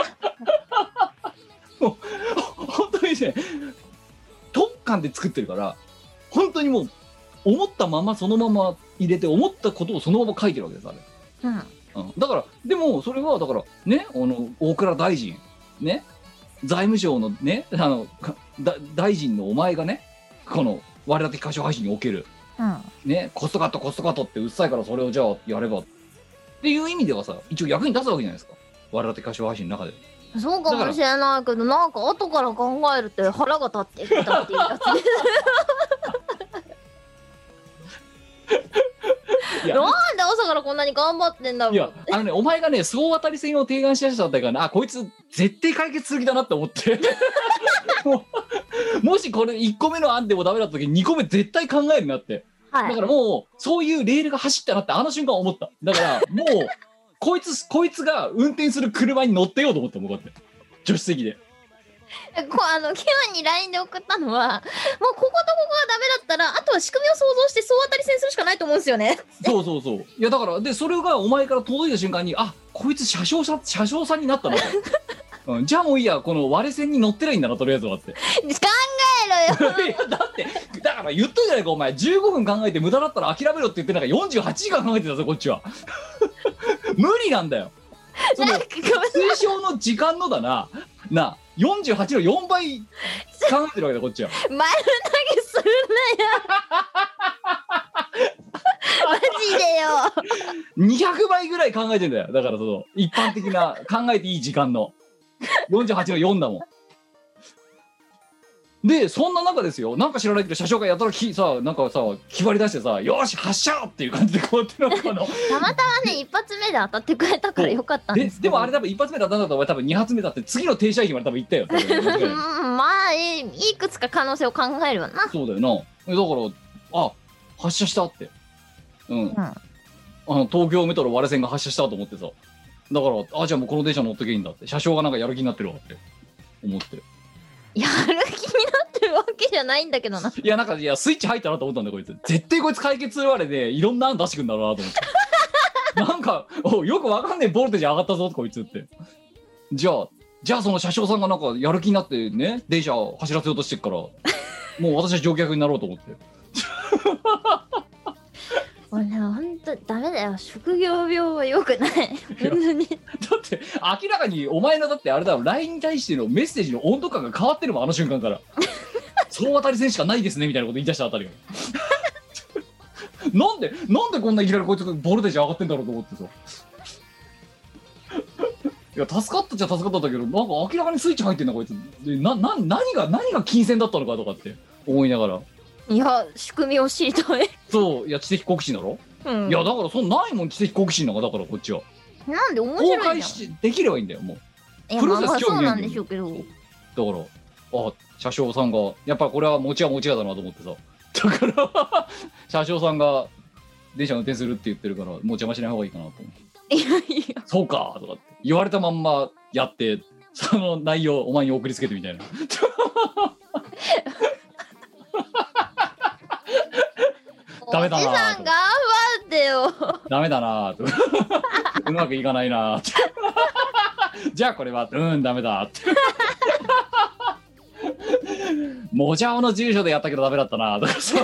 もう本当にね特感で作ってるから、本当にもう思ったままそのまま入れて思ったことをそのまま書いてるわけですあれ。だからでもそれはだからね、大蔵大臣ね、財務省のね大臣のお前がね、この我々的歌唱配信における、ね、コストカットってうっさいからそれをじゃあやればっていう意味ではさ、一応役に立つわけじゃないですか我々的歌唱配信の中で。 そうかもしれないけど、なんか後から考えるって腹が立ってきたっていうやつですなんで朝からこんなに頑張ってんだろう。 いやお前がね総当たり戦を提案しだしたんだから、こいつ絶対解決する気だなって思ってもしこれ1個目の案でもダメだった時に2個目絶対考えるなって、だからもうそういうレールが走ったなって瞬間思った。だからもうこいつが運転する車に乗ってようと思ってもうこうやって助手席でキムに LINE で送ったのは、もうこことここがダメだったらあとは仕組みを想像して総当たり戦するしかないと思うんですよね。そういやだからでそれがお前から届いた瞬間に、こいつ車掌さんになったなとうん、じゃあもういいや、この割れ線に乗ってないんだな、とりあえずはって考えろよいやだってだから言っといたじゃないか、お前15分考えて無駄だったら諦めろって言ってんだから48時間考えてたぞこっちは無理なんだよ。その推奨の時間のだな48の4倍考えてるわけだこっちは。 丸投げするなよマジでよ 200倍ぐらい考えてんだよ。だからその一般的な考えていい時間の48の4だもん。でそんな中ですよ、なんか知らないけど車掌がやたらなんかさ決まり出してさ、よし発射っていう感じでこうやってなんかたまたまね一発目で当たってくれたからよかったんですけど。 でもあれ多分一発目だったんだとお前多分2発目だって次の停車駅まで多分行ったよまあいくつか可能性を考えるわな。 そうだよな。だから発射したって、東京メトロ割れ線が発射したと思ってさ、だからじゃあもうこの電車乗っとけいいんだって、車掌がなんかやる気になってるわって思って。 やる気になってるわけじゃないんだけどな。 いやなんかスイッチ入ったなと思ったんだこいつ。絶対こいつ解決するあれでいろんな案出してくんだろうなと思ってなんかよくわかんねえボルテージ上がったぞこいつって。じゃあその車掌さんがなんかやる気になってね電車走らせようとしてっからもう私は乗客になろうと思ってほんとダメだよ、職業病は良くない本当に。 だって明らかにお前のだってあれだろ LINE に対してのメッセージの温度感が変わってるもんあの瞬間から総当たり戦しかないですねみたいなこと言い出したあたりがなんでこんないきなりこいつボルテージ上がってんだろうと思ってさいや助かったっちゃ助かったんだけど、なんか明らかにスイッチ入ってんなこいつで、何が金銭だったのかとかって思いながら。 いや仕組みを知りたい。 そういや知的好奇心だろ、いやだからそんないもん知的好奇心なんかだからこっちはなんで面白いじゃん。 公開できればいいんだよもう。 プロセス興味ないんだよ。そうなんでしょうけど。 だから車掌さんがやっぱこれは持ち屋だなと思ってさ、だから車掌さんが電車運転するって言ってるからもう邪魔しない方がいいかなと思って。いやそうかとかって言われたまんまやってその内容お前に送りつけてみたいなダメだな。おじさん頑張ってよ。 ダメだなとうまくいかないなじゃあこれはダメだってもじゃおの住所でやったけどダメだったなとかさ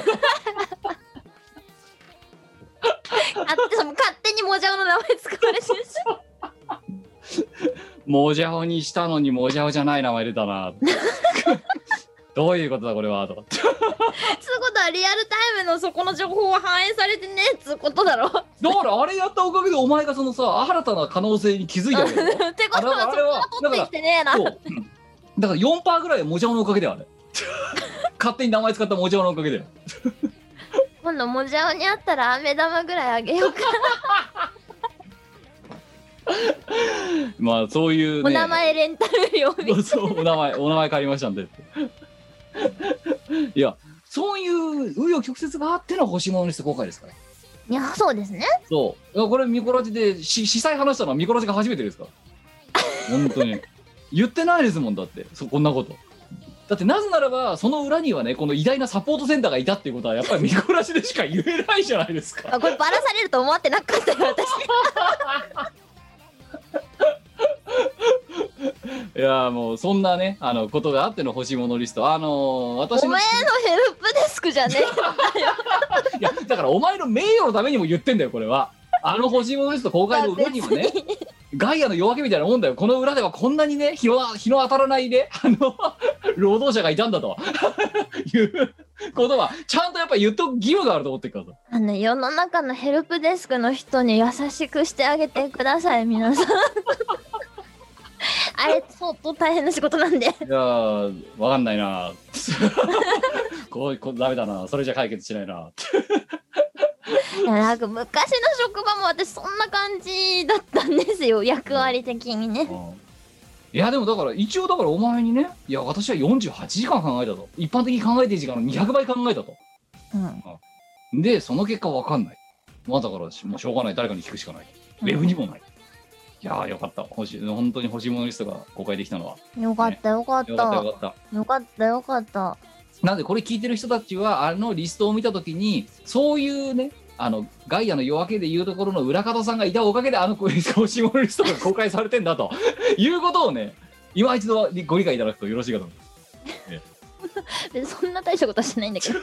勝手にもじゃおの名前使われてるしもじゃおにしたのにもじゃおじゃない名前出たなどういうことだこれはとかってつうことはリアルタイムのそこの情報は反映されてねえっつうことだろ。だからあれやったおかげでお前がそのさ新たな可能性に気づいたわけだろってことはそこは取ってきてねえな。だから 4% ぐらいはもじゃおのおかげだよあれ勝手に名前使ったもじゃおのおかげだよ今度もじゃおにあったら飴玉ぐらいあげようかまあそういう、ね、 お名前レンタル料そうお名前借りましたんでいやそういう紆余曲折があっての欲しいものにして今回ですから。 いやそうですね。 そうこれミコラジで司祭話したのはミコラジが初めてですから本当に言ってないですもんだってこんなことだってなぜならばその裏にはねこの偉大なサポートセンターがいたっていうことはやっぱりミコラジでしか言えないじゃないですかこれバラされると思ってなかったよ私いやもうそんなねことがあっての欲しいものリスト私のお前のヘルプデスクじゃねえよいやだからお前の名誉のためにも言ってんだよこれは欲しいものリスト公開の裏にはねガイアの夜明けみたいなもんだよ。この裏ではこんなにね日の当たらないね労働者がいたんだということはちゃんとやっぱ言っとく義務があると思ってるからさ。 世の中のヘルプデスクの人に優しくしてあげてください皆さんあれ相当大変な仕事なんで。いやわかんないなこうダメだなそれじゃ解決しないないやなんか昔の職場も私そんな感じだったんですよ役割的にね、 いやでもだから一応だからお前にねいや私は48時間考えたと一般的に考えている時間の200倍考えたと、でその結果わかんないだからもうしょうがない誰かに聞くしかない、ウェブにもない。いやよかった本当に欲しいものリストが公開できたのはよかった、よかった。 なんでこれ聞いてる人たちはリストを見たときにそういうねガイアの夜明けでいうところの裏方さんがいたおかげで欲しいものリストが公開されてんだということをね今一度ご理解いただくとよろしいかと思います。 別にそんな大したことはしてないんだけど。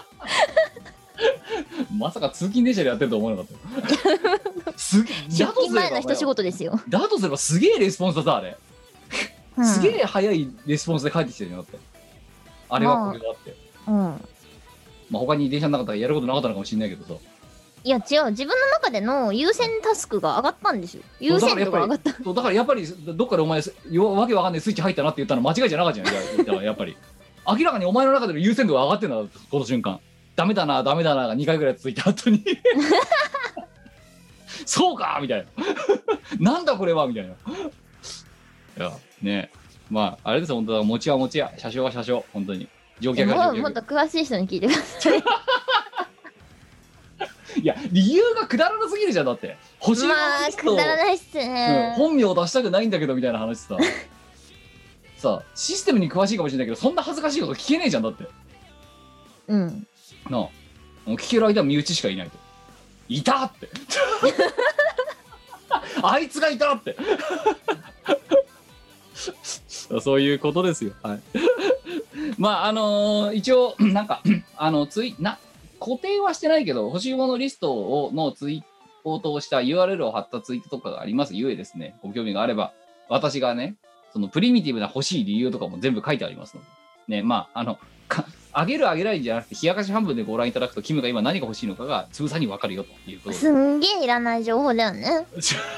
まさか通勤電車でやってると思わなかったよ。すげえ。 出勤前の一仕事ですよ。 だとすればすげえレスポンスださあれ。すげえ早いレスポンスで帰ってきてるよだって。あれはこれはって。まあ他に電車の中でやることなかったのかもしれないけどさ。 いや違う、自分の中での優先タスクが上がったんですよ。優先度が上がった。 だからやっぱりどっかでお前わけわかんないスイッチ入ったなって言ったの間違いじゃなかったじゃん。だからやっぱり明らかにお前の中での優先度が上がってんだこの瞬間。ダメだなダメだなが2回ぐらい続いた後にそうかみたいななんだこれはみたいないやねまああれですよ本当だ持ちは持ちや車掌は車掌本当に乗客は乗客もっと詳しい人に聞いてください。 いや理由がくだらなすぎるじゃんだって欲しいものまあリストくだらないっすね、 本名を出したくないんだけどみたいな話ささあシステムに詳しいかもしれないけどそんな恥ずかしいこと聞けねえじゃんだってなあもう聞ける間は身内しかいないといたってあいつがいたってそういうことですよはいまあ一応なんか固定はしてないけど欲しいものリストのツイートをした URL を貼ったツイートとかがありますゆえですねご興味があれば私がねそのプリミティブな欲しい理由とかも全部書いてありますのでねまああげるあげないんじゃなくて冷やかし半分でご覧いただくとキムが今何が欲しいのかがつぶさに分かるよということすんげえいらない情報だよね。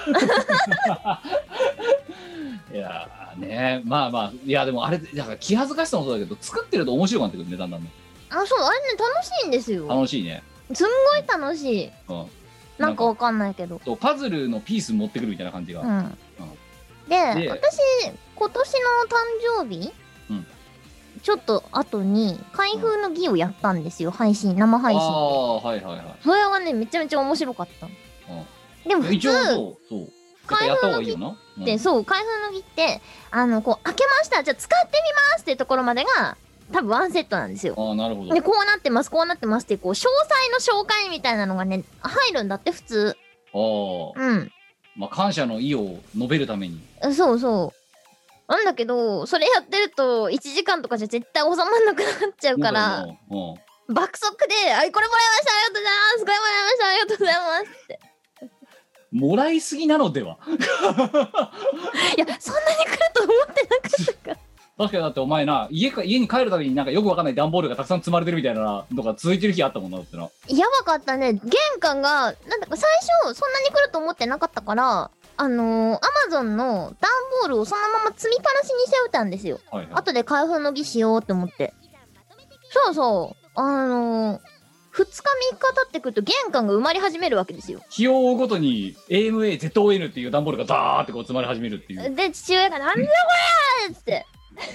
いやねまあまあいやでもあれだから気恥ずかしさもそうだけど作ってると面白くなってくるねだんだんね。 あそうあれね楽しいんですよ。 楽しいね。 すんごい楽しい。なんかわかんないけど。 パズルのピース持ってくるみたいな感じが。 で私今年の誕生日ちょっと後に開封の儀をやったんですよ、生配信で。 ああはいはいはい。 それがねめちゃめちゃ面白かった。でも普通そう開封の儀ってそう開封の儀ってこう開けましたじゃあ使ってみますっていうところまでが多分ワンセットなんですよ。 ああなるほど。 でこうなってますこうなってますってこう詳細の紹介みたいなのがね入るんだって普通。まあ感謝の意を述べるために。 そうそうなんだけどそれやってると1時間とかじゃ絶対収まんなくなっちゃうから爆速で「はいこれもらいましたありがとうございますこれもらいましたありがとうございます」ってもらいすぎなのでは。 いやそんなに来ると思ってなかったから確かにだってお前な家に帰るたびになんかよくわかんない段ボールがたくさん積まれてるみたいなのが続いてる日あったもんなだってな。 やばかったね。玄関がなんだか最初そんなに来ると思ってなかったからアマゾンの段ボールをそのまま積みっぱなしにしておいたんですよ、後で開封の儀しようって思って。そう2日3日経ってくると玄関が埋まり始めるわけですよ。 日を追うごとに AMAZON っていう段ボールがダーってこう積まれ始めるっていう。 で父親が「なんだこれ!」っつって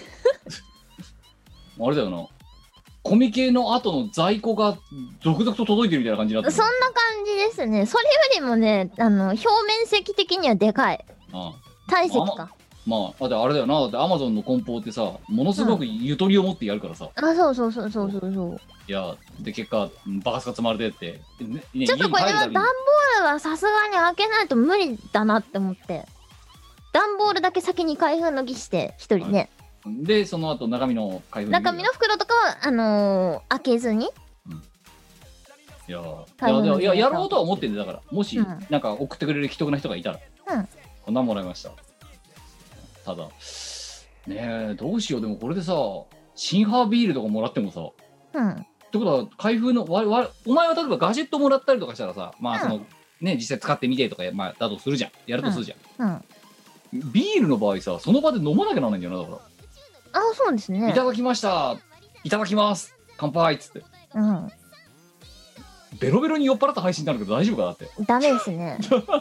あれだよなコミケの後の在庫が続々と届いてるみたいな感じになってる。 そんな感じですね。それよりもね表面積的にはでかい。体積か。 まああれだよなだってアマゾンの梱包ってさものすごくゆとりを持ってやるからさ、 そういやで結果バカスカ積まれてって、 ちょっとこれは段ボールはさすがに開けないと無理だなって思って段ボールだけ先に開封の儀して一人ね、 でその後中身の開封中身の袋とかは開けずに、 いややろうとは思ってんだからもし、なんか送ってくれる既得な人がいたら、こんなんもらいました。ただねえどうしようでもこれでさシンハービールとかもらってもさ、ってことは開封のお前は例えばガジェットもらったりとかしたらさまあその、ね実際使ってみてとか、まあ、だとするじゃんやるとするじゃん、ビールの場合さその場で飲まなきゃならないんだよなだから。 そうですね。 いただきましたいただきます乾杯っつって、ベロベロに酔っ払った配信になるけど大丈夫かだってダメですね。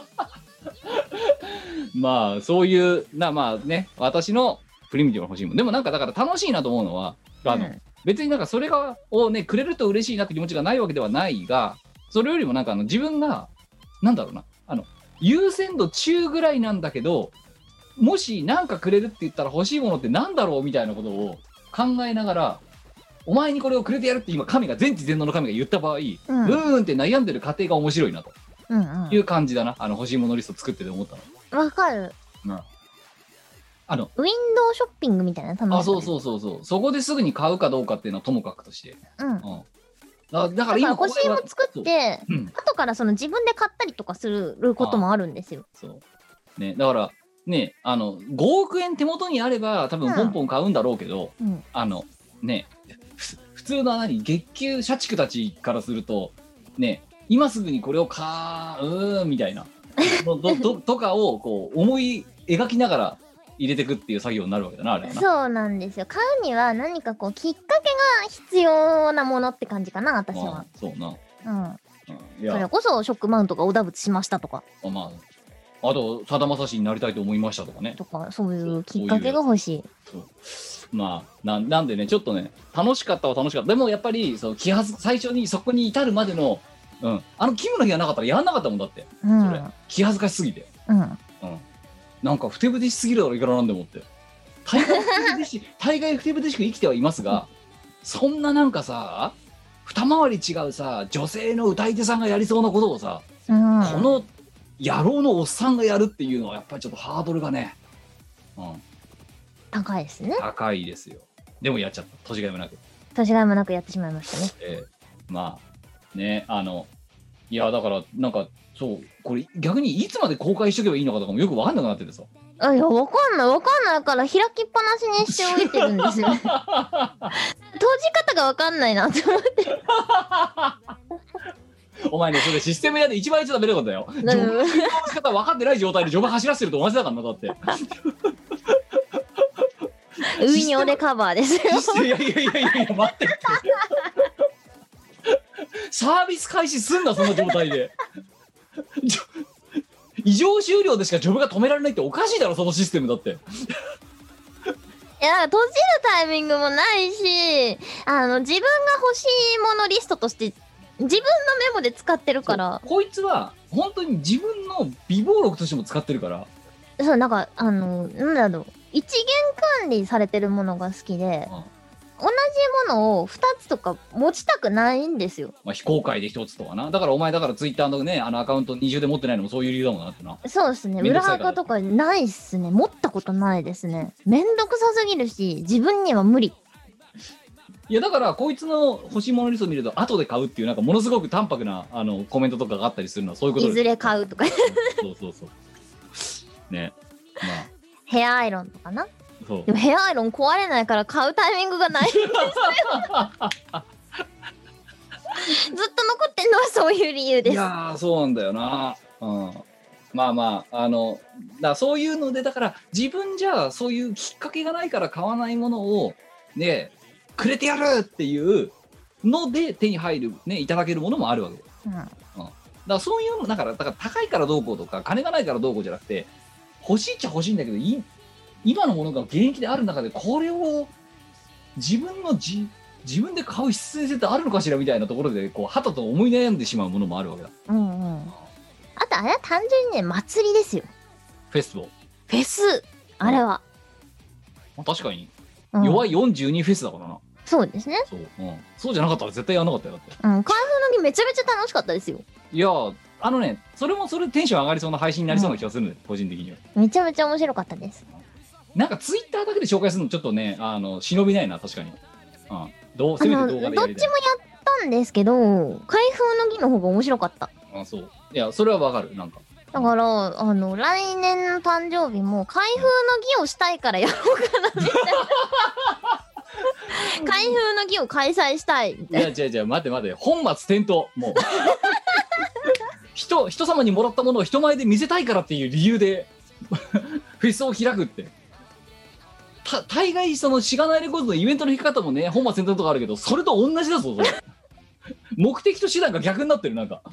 まあそういうまあね私のプリミティブな欲しいもんでもなんかだから楽しいなと思うのは別になんかそれをねくれると嬉しいなって気持ちがないわけではないがそれよりもなんか自分がなんだろうな優先度中ぐらいなんだけどもしなんかくれるって言ったら欲しいものってなんだろうみたいなことを考えながらお前にこれをくれてやるって今神が全知全能の神が言った場合って悩んでる過程が面白いなという感じだな欲しいものリスト作ってて思ったの。 わかる。 ウィンドウショッピングみたいな楽しさ。 そう。そこですぐに買うかどうかっていうのはともかくとして。だから今欲しいも作って、後からその自分で買ったりとかすることもあるんですよ。 そうね、だからね、5億円手元にあれば多分ポンポン買うんだろうけど、ね、普通の月給社畜たちからするとね、今すぐにこれを買うみたいなとかをこう思い描きながら入れてくっていう作業になるわけだな、あれはな。 そうなんですよ。買うには何かこうきっかけが必要なものって感じかな、私は。 そうな。 それこそショックマウントがおだぶつしましたとか。 あとさだまさしになりたいと思いましたとかね。 とかそういうきっかけが欲しい。 なんでね、ちょっとね、楽しかったは楽しかった。でもやっぱり最初にそこに至るまでの、キムの日がなかったらやんなかったもんだって。それ気恥ずかしすぎて。なんかふてぶてしすぎるだろいくらなんでもって。大概ふてぶてしく生きてはいますが、そんななんかさ、二回り違うさ、女性の歌い手さんがやりそうなことをさ、この野郎のおっさんがやるっていうのはやっぱりちょっとハードルがね、 高いですね。 高いですよ。でもやっちゃった。年がいもなく。 年がいもなくやってしまいましたね。 いやだからなんかそうこれ逆にいつまで公開しとけばいいのかとかもよく分かんなくなっててさ。 いや分かんないから開きっぱなしにしておいてるんですよね。閉じ方が分かんないなって思って。 お前ね、それシステム屋で一番やっちゃダメなことだよ。ジョブの仕方分かってない状態でジョブ走らせてると同じだからな、だって。 ウィニョでカバーですよ。 いや待ってって。サービス開始すんなその状態で。異常終了でしかジョブが止められないっておかしいだろそのシステムだって。いや閉じるタイミングもないし、自分が欲しいものリストとして自分のメモで使ってるから。 こいつは本当に自分の備忘録としても使ってるから。 そう、なんかなんだろう、一元管理されてるものが好きで、同じものを2つとか持ちたくないんですよ。 非公開で1つとかな。だからお前ツイッターのねアカウント二重で持ってないのもそういう理由だもんなってな。 そうですね。裏垢とかないっすね。持ったことないですね。めんどくさすぎるし自分には無理。 いやだからこいつの欲しいものリスト見ると後で買うっていうなんかものすごく淡白なコメントとかがあったりするのはそういうことです。 いずれ買うとか。 そうね。 ヘアアイロンとかな。 そうでもヘアアイロン壊れないから買うタイミングがないんですよ。ずっと残ってんのはそういう理由です。 いやそうなんだよな。だそういうのでだから自分じゃそういうきっかけがないから買わないものをねくれてやるっていうので手に入るねいただけるものもあるわけで、だからそういうのだから高いからどうこうとか金がないからどうこうじゃなくて欲しいっちゃ欲しいんだけど今のものが現役である中でこれを自分で買う必然性ってあるのかしらみたいなところでこうはたと思い悩んでしまうものもあるわけだ。 あとあれは単純にね祭りですよ。 フェスをフェスあれは、 確かに、弱い42フェスだからな。 そうですね。 そうじゃなかったら絶対やんなかったよだって。 開封の儀めちゃめちゃ楽しかったですよ。 いやそれもそれテンション上がりそうな配信になりそうな気がするので、個人的にはめちゃめちゃ面白かったです。 なんかツイッターだけで紹介するのちょっとね忍びないな確かに。せめて動画でやりたい。 どっちもやったんですけど開封の儀の方が面白かった。 そう。いやそれはわかる。なんかだから来年の誕生日も開封の儀をしたいからやろうかなみたいな。開封の儀を開催したいみたいな。 いや待て本末転倒もう人様にもらったものを人前で見せたいからっていう理由でフェスを開くって大概そのしがないレコードのイベントの弾き方もね本末転倒とかあるけどそれと同じだぞそれ。目的と手段が逆になってるなんか。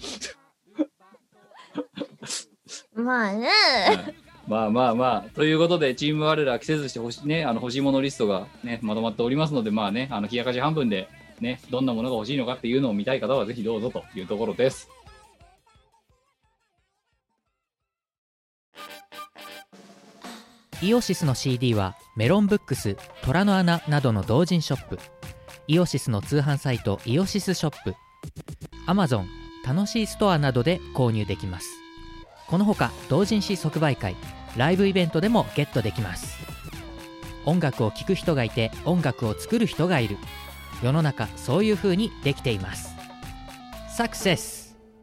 まあね、 ということでチーム我ら着せずして欲しいものリストがねまとまっておりますので冷やかし半分でねどんなものが欲しいのかっていうのを見たい方はぜひどうぞというところです。 イオシスの CD はメロンブックス、虎の穴などの同人ショップ、イオシスの通販サイトイオシスショップ、Amazon、楽しいストアなどで購入できます。このほか同人誌即売会、ライブイベントでもゲットできます。 音楽を聴く人がいて音楽を作る人がいる。世の中そういう風にできています。サクセス。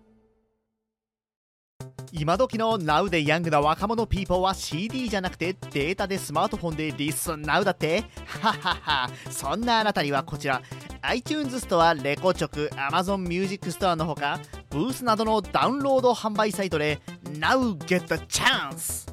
今時の Now でヤングな若者ピーポーは CD じゃなくてデータでスマートフォンでリスン Now だって。ははは。そんなあなたにはこちら iTunes ストア、レコチョク、Amazon Music ストアのほかブースなどのダウンロード販売サイトで Now get the chance。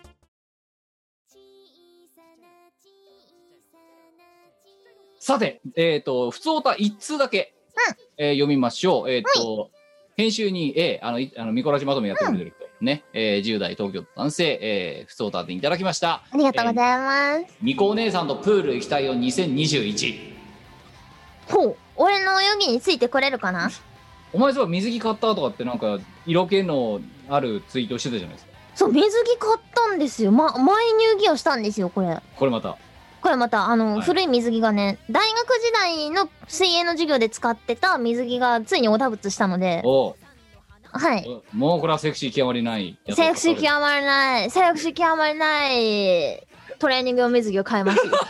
さて、普通歌1通だけ、読みましょう。編集に、ミコラジまとめやってくれてる人、ね、10代東京都男性、普通歌でいただきました。 ありがとうございます。 みこお姉さんとプール行きたいよ2021。 ほう、俺の泳ぎについてこれるかな。 お前そう水着買ったとかってなんか色気のあるツイートしてたじゃないですか。 そう、水着買ったんですよ。前入着をしたんですよ、これまたはい、 古い水着がね、大学時代の水泳の授業で使ってた水着がついにおだぶつしたので、はい。 もうこれはセクシー極まりないやつ。 セクシー極まりないトレーニング用水着を買いますよ。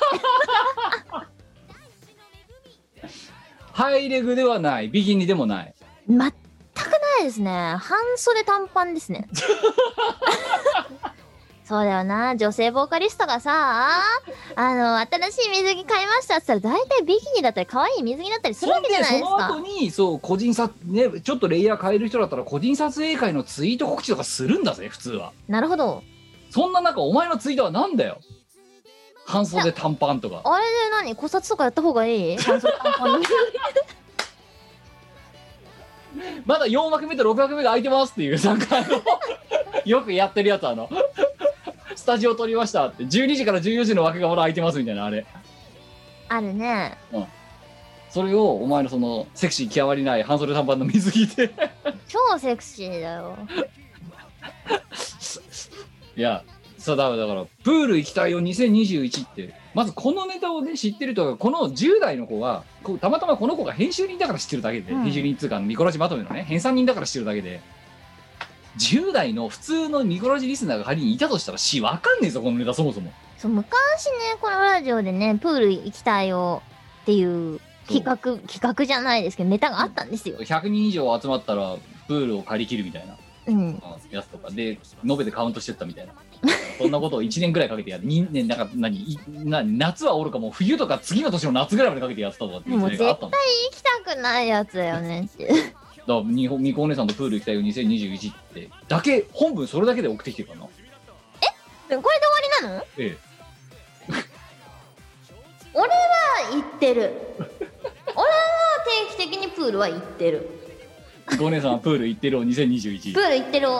ハイレグではない、ビキニでもない。 全くないですね。半袖短パンですね。そうだよな、女性ボーカリストがさ、新しい水着買いましたって言ったら大体ビキニだったり可愛い水着だったりするわけじゃないですか。 その後にそう個人撮ね、ちょっとレイヤー変える人だったら個人撮影会のツイート告知とかするんだぜ普通は。 なるほど。 そんな中お前のツイートはなんだよ。半袖短パンとか。 あれで何、考察とかやった方がいい？半袖短パンのまだ4枠目と6枠目が空いてますっていうなんかよくやってるやつスタジオ撮りましたって12時から14時の枠がまだ空いてますみたいなあれあるね。 それをお前のそのセクシー極まりない半袖短パンの水着で超セクシーだよ。 いやそうだからプール行きたいよ2021ってまずこのネタをね知ってる人がこの10代の子がたまたまこの子が編集人だから知ってるだけで、編集人っつうかミコラジまとめのね編纂人だから知ってるだけで10代の普通のミコラジリスナーが仮にいたとしたらわかんねえぞこのネタそもそも。 そう、昔ねこのラジオでねプール行きたいよっていう企画じゃないですけどネタがあったんですよ。 100人以上集まったらプールを借り切るみたいな、やつとかで延べてカウントしてったみたいなそんなことを1年ぐらいかけてやって夏はおるかもう冬とか次の年の夏ぐらいまでかけてやってたとかっていうもう絶対行きたくないやつだよねってだからみこお姉さんとプール行きたいよ2021ってだけ本文それだけで送ってきてるからな。 これで終わりなの？ ええ俺は行ってる俺は定期的にプールは行ってる。 みこお姉さんはプール行ってるを2021 プール行ってる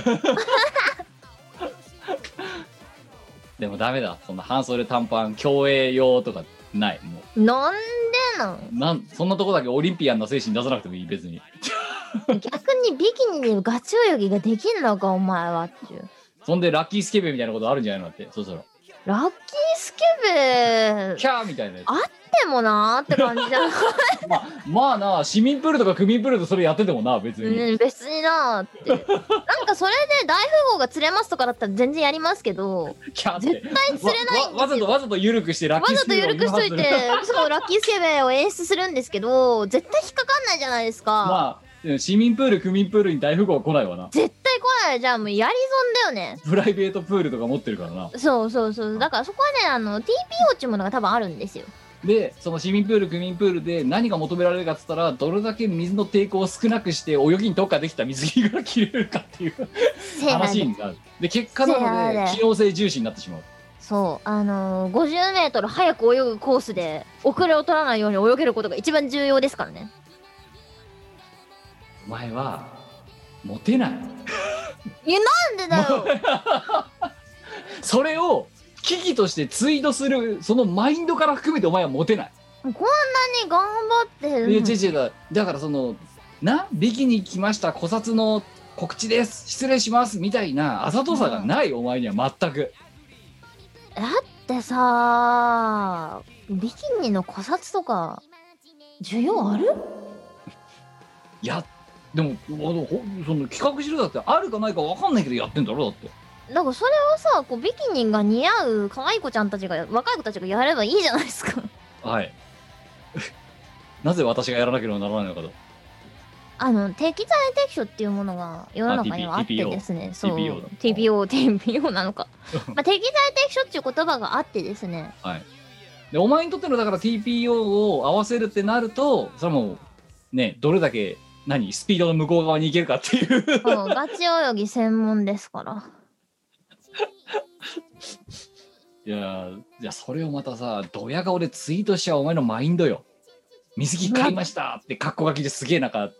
でもダメだそんな半袖短パン競泳用とかないもうなんでなんそんなとこだけオリンピアンの精神出さなくてもいい別に逆にビキニでガチ泳ぎができんのかお前はっていう。 そんでラッキースケベみたいなことあるんじゃないのってそしたらラッキースケベキャーみたいなやつあってもなーって感じじゃないまあな市民プールとか区民プールとそれやっててもな別に、 別になーってなんかそれで大富豪が釣れますとかだったら全然やりますけどキャーって絶対釣れないんですよ。 わざと緩くしてラッキースケベをわざと緩くしといてそうラッキースケベを演出するんですけど絶対引っかかんないじゃないですか。 まあ市民プール区民プールに大富豪は来ないわな。 絶対来ないじゃん。もうやり損だよね。 プライベートプールとか持ってるからな。 そうだからそこはねTPO っていうものが多分あるんですよ。 でその市民プール区民プールで何が求められるかっつったらどれだけ水の抵抗を少なくして泳ぎに特化できた水着が着れるかっていう話になる。で結果なので機能性重視になってしまう。 そう50メートル早く泳ぐコースで遅れを取らないように泳げることが一番重要ですからね。 お前はモテないいやなんでだよそれを危機としてツイートするそのマインドから含めてお前はモテない。 こんなに頑張って違うだからそのビキニ来ました古刹の告知です失礼しますみたいなあざとさがない、お前には全く。 だってさビキニの古刹とか需要ある？ いやでもその企画資料だってあるかないか分かんないけどやってんだろだって。 だからそれをさ、こうビキニが似合う可愛い子ちゃんたちが、若い子たちがやればいいじゃないですか。 はいなぜ私がやらなければならないのかと。 適材適所っていうものが世の中にはあってですね、そう TPO なのかまあ適材適所っていう言葉があってですね、 はいでお前にとってのだから TPO を合わせるってなると、それはもうね、どれだけスピードの向こう側に行けるかっていうそうガチ泳ぎ専門ですからいやそれをまたさ、ドヤ顔でツイートしちゃうお前のマインドよ。水着買いましたってカッコ書きですげえなんか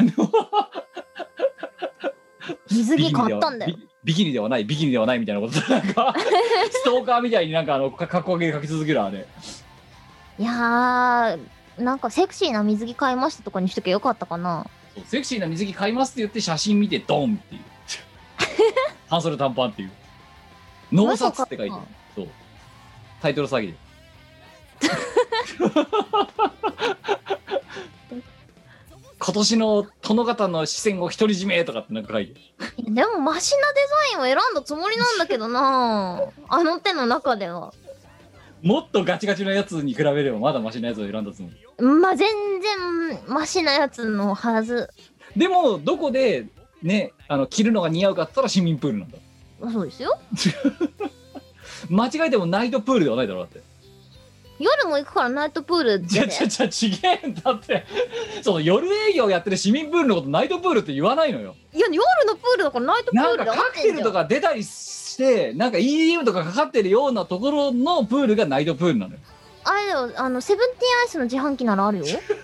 水着買ったんだよ。 ビキニではないみたいなことでなんかストーカーみたいになんかカッコ書きで書き続けるあれ。 いやー、なんかセクシーな水着買いましたとかにしときゃよかったかな。 そうセクシーな水着買いますって言って写真見てドンっていう半袖短パンっていうノーサツって書いてる。そうタイトル詐欺で今年の殿方の視線を独り占めとかってなんか書いてる。 でもマシなデザインを選んだつもりなんだけどなあの手の中では。 もっとガチガチなやつに比べればまだマシなやつを選んだつもり。 まあ全然マシなやつのはず。 でもどこでね着るのが似合うかって言ったら市民プールなんだ。 そうですよ。 間違えてもナイトプールではないだろうだって。 夜も行くからナイトプールで。 ちげえんだってその夜営業やってる市民プールのことナイトプールって言わないのよ。 いや夜のプールだからナイトプールで合ってんじゃん。 なんかカクテルとか出たりしてなんか EDM とかかかってるようなところのプールがナイトプールなのよ。 あれよ、セブンティーンアイスの自販機ならあるよ。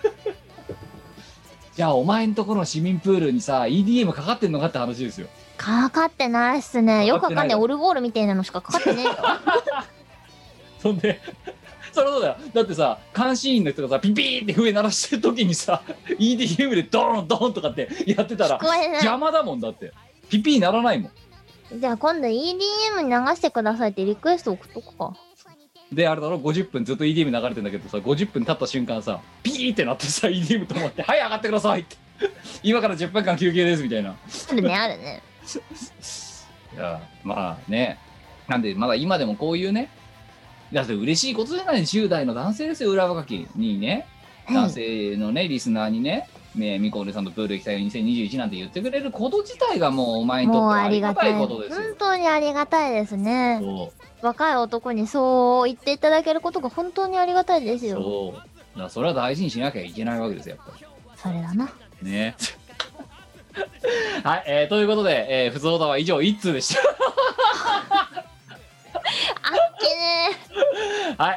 じゃあお前んところの市民プールにさ EDM かかってんのかって話ですよ。 かかってないっすね。よくわかんないオルゴールみたいなのしかかかってねえよ。 そんでそれそうだよ。だってさ監視員の人がさピピーって笛鳴らしてる時にさ EDM でドーンドーンとかってやってたら邪魔だもん。だってピピー鳴らないもん。 じゃあ今度 EDM に流してくださいってリクエスト送っとくか。 であれだろ、50分ずっと EDM 流れてんだけどさ、50分経った瞬間さピーってなってさ EDM と思ってはい上がってくださいって今から10分間休憩ですみたいな。 あるねあるね。 いやまあね、なんでまだ今でもこういうね、だって嬉しいことじゃない。10代の男性ですよ、裏若きにね、男性のねリスナーにね、ミコールさんとプール行きたいよ2021なんて言ってくれること自体がもうお前にとってはありがたいことですよ。 本当にありがたいですね。 そう若い男にそう言っていただけることが本当にありがたいですよ。 そうだからそれは大事にしなきゃいけないわけですよ、やっぱり。 それだなねはい、ということで、ふつおたは以上1通でしたあっけねはい、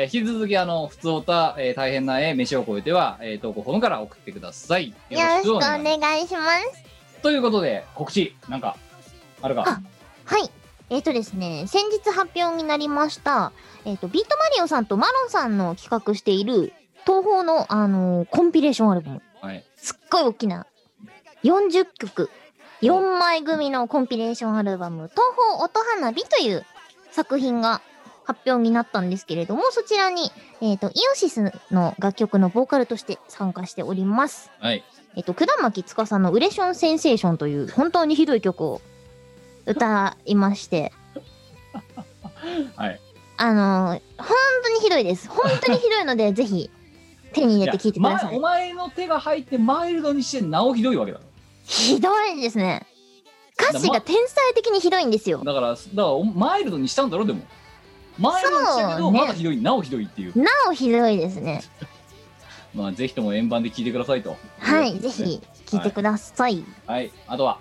引き続きふつおた、大変な飯を超えては、投稿フォームから送ってください。よよろしくお願いします。 ということで告知なんかあるか。 はいですね、先日発表になりました、ビートマリオさんとマロンさんの企画している東宝の、コンピレーションアルバム、 はい、 すっごい大きな40曲4枚組のコンピレーションアルバム東宝音花火という作品が発表になったんですけれども、そちらに、イオシスの楽曲のボーカルとして参加しております。 はい。 管巻司のウレションセンセーションという本当にひどい曲を歌いましてはい。 本当にひどいです。本当にひどいのでぜひ手に入れて聴いてください。 お前の手が入ってマイルドにしてなおひどいわけだ。 ひどいですね。歌詞が天才的にひどいんですよ。 だからマイルドにしたんだろ。でもマイルドにしたけど、まだひどい、なおひどいっていう。 なおひどいですね。 まあぜひとも円盤で聴いてくださいと。 はい、ぜひ聴いてください。 はい、あとは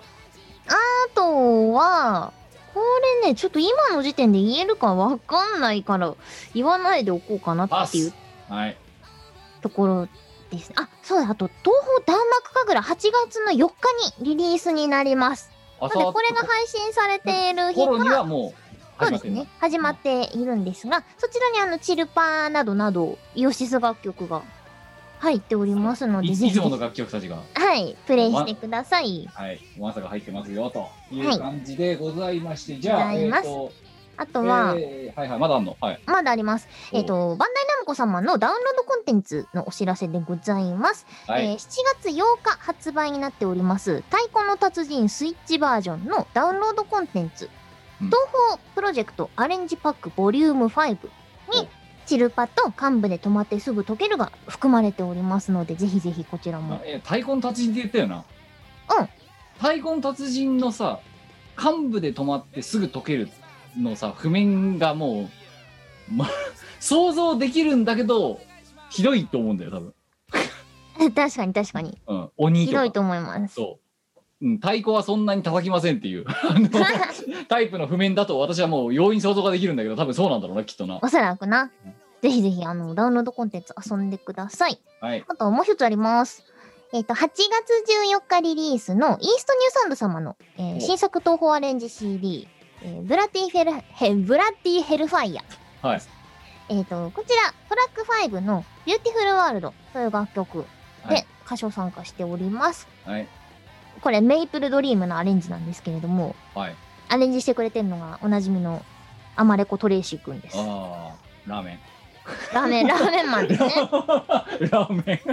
これねちょっと今の時点で言えるかわかんないから言わないでおこうかなっていうところです。あ、そうだ、あと東宝弾幕神楽8月の4日にリリースになります。なのでこれが配信されている日からもうそうですね、始まっているんですが、そちらにチルパーなどなどイオシス楽曲が入っておりますので、 いつもの楽曲たちがはいプレイしてください。 はい、まさが入ってますよという感じでございまして、じゃああとは、 はいはい、まだあんの、はい、 まだあります。バンダイナムコ様のダウンロードコンテンツのお知らせでございます。 はい、 7月8日発売になっております太鼓の達人スイッチバージョンのダウンロードコンテンツ東宝プロジェクトアレンジパックボリューム5にチルパと幹部で止まってすぐ溶けるが含まれておりますので、ぜひぜひこちらも。 太鼓の達人って言ったよな。 うん。 太鼓の達人のさ、幹部で止まってすぐ溶けるのさ、譜面がもう、想像できるんだけどひどいと思うんだよ多分。 確かに確かに。 うん、鬼とかひどいと思います。 そう、うん、太鼓はそんなに叩きませんっていうタイプの譜面だと私はもう容易に想像ができるんだけど、多分そうなんだろうなきっとな。 おそらくな。ぜひぜひダウンロードコンテンツ遊んでください。 はい。 あともう一つあります。8月14日リリースのイーストニューサンド様の、新作東宝アレンジ CD、ブラッディヘルファイヤー。 はい。 こちらトラック5のビューティフルワールドという楽曲で歌唱参加しております。 はい。 これメイプルドリームのアレンジなんですけれども、 はい。 アレンジしてくれてるのがおなじみのアマレコトレイシーくんです。 ああ、ラーメンマンですね。 ラーメン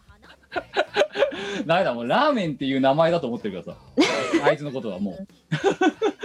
ダメだ、もうラーメンっていう名前だと思ってるからさあいつのことはもうあいつ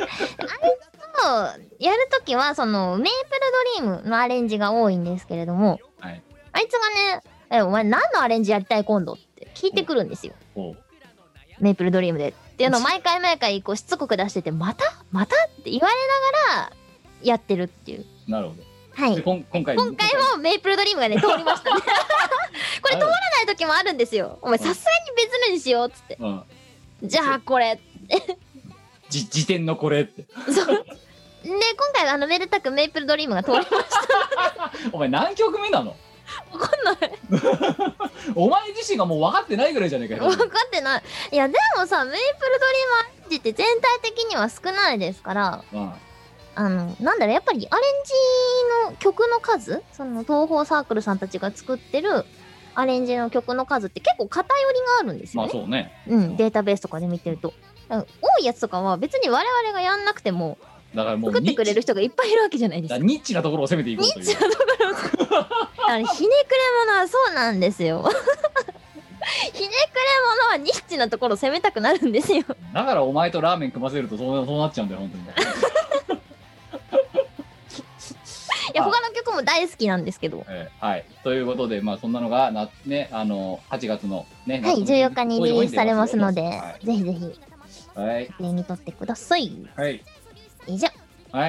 とやるときはそのメイプルドリームのアレンジが多いんですけれども、 はい、 あいつがね、お前何のアレンジやりたい今度って聞いてくるんですよ。メイプルドリームでっていうのを毎回こうしつこく出してて、またって言われながらやってるっていう。 なるほど。 はい。 今回もメイプルドリームがね通りましたね。これ通らない時もあるんですよ。お前さすがに別のにしようっつって。うん、じゃあこれ辞典のこれって。 そう。で今回メルタクメイプルドリームが通りました。 お前何曲目なの？ わかんない。 お前自身がもう分かってないぐらいじゃねえかよ。 分かってない。いやでもさ、メイプルドリームアレンジって全体的には少ないですから。うん。なんだろう、やっぱりアレンジの曲の数、その東宝サークルさんたちが作ってるアレンジの曲の数って結構偏りがあるんですよね。 まあそうね。 うん、データベースとかで見てると。多いやつとかは別に我々がやんなくても、 だからもう作ってくれる人がいっぱいいるわけじゃないですか。 ニッチなところを攻めていこうという。 ニッチなところを。ひねくれ者はそうなんですよ。ひねくれ者はニッチなところを攻めたくなるんですよ。 だからお前とラーメン組ませるとそうなっちゃうんだよ本当に。 いや他の曲も大好きなんですけど、 はい。ということで、まあそんなのがね、8月のね、 はい、14日にリリースされますので、はい、ぜひぜひ手に取ってください。 はい。 以上。 はい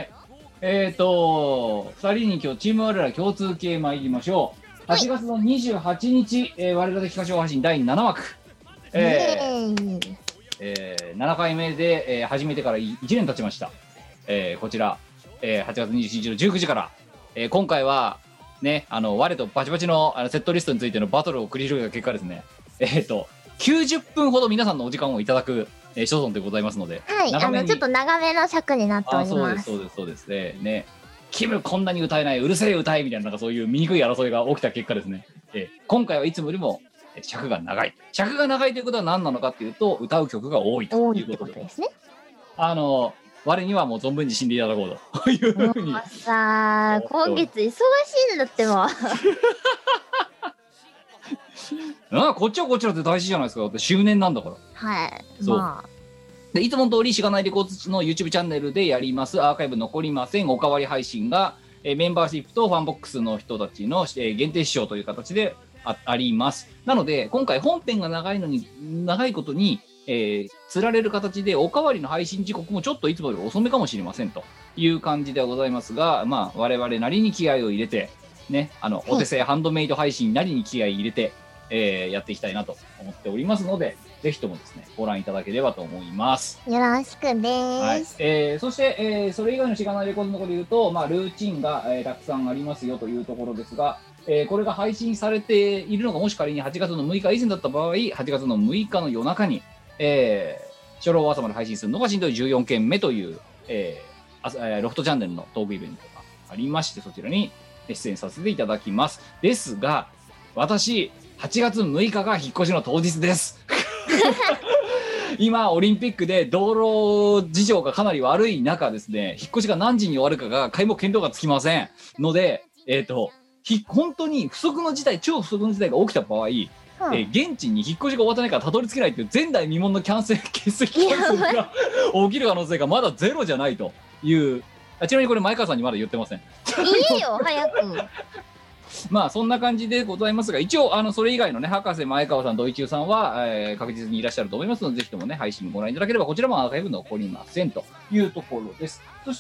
。2人に今日チーム我ら共通系参りましょう。8月の28日、我々的歌唱配信第7枠。7回目で、始めてから1年経ちました。こちら、8月27日の19時から、今回はね、我とバチバチのセットリストについてのバトルを繰り広げた結果ですね、90分ほど皆さんのお時間をいただく、所存でございますので、 はい、ちょっと長めの尺になっております。 そうですね。キムこんなに歌えない、うるせえ歌いみたいな、なんかそういう醜い争いが起きた結果ですね、今回はいつもよりも尺が長いということは何なのかっていうと、歌う曲が多いということですね。我にはもう存分に死んでいただこうというふうに。 さあ今月忙しいんだってもこっちはこっちだって大事じゃないですか。だって周年なんだから。 はい。 そう。でいつもの通りしがないレコーズの YouTube チャンネルでやりますアーカイブ残りませんおかわり配信が、メンバーシップとファンボックスの人たちの、限定視聴という形で あります。なので今回本編が長いことにつられる形でおかわりの配信時刻もちょっといつもより遅めかもしれませんという感じではございますが、まあ我々なりに気合を入れてね、お手製ハンドメイド配信なりに気合い入れて、やっていきたいなと思っておりますので、ぜひともですねご覧いただければと思います。 よろしくです。 はい。そして、それ以外のしがないレコードのところで言うと、まあルーチンが、たくさんありますよというところですが、これが配信されているのがもし仮に8月の6日以前だった場合、8月の6日の夜中に初老朝まで配信するのがしんどい14件目という、ロフトチャンネルのトークイベントがありまして、そちらに出演させていただきます。ですが私8月6日が引っ越しの当日です今オリンピックで道路事情がかなり悪い中ですね、引っ越しが何時に終わるかが皆目見当がつきませんので、本当に超不測の事態が起きた場合、現地に引っ越しが終わってないからたどり着けないという前代未聞の欠席キャンセルが起きる可能性がまだゼロじゃないという、ちなみにこれ前川さんにまだ言ってません。 いいよ早く。 まあそんな感じでございますが、一応それ以外のね、博士前川さん、土井中さんは、確実にいらっしゃると思いますので、ぜひともね、配信ご覧いただければ、こちらもアーカイブ残りませんというところです。そして、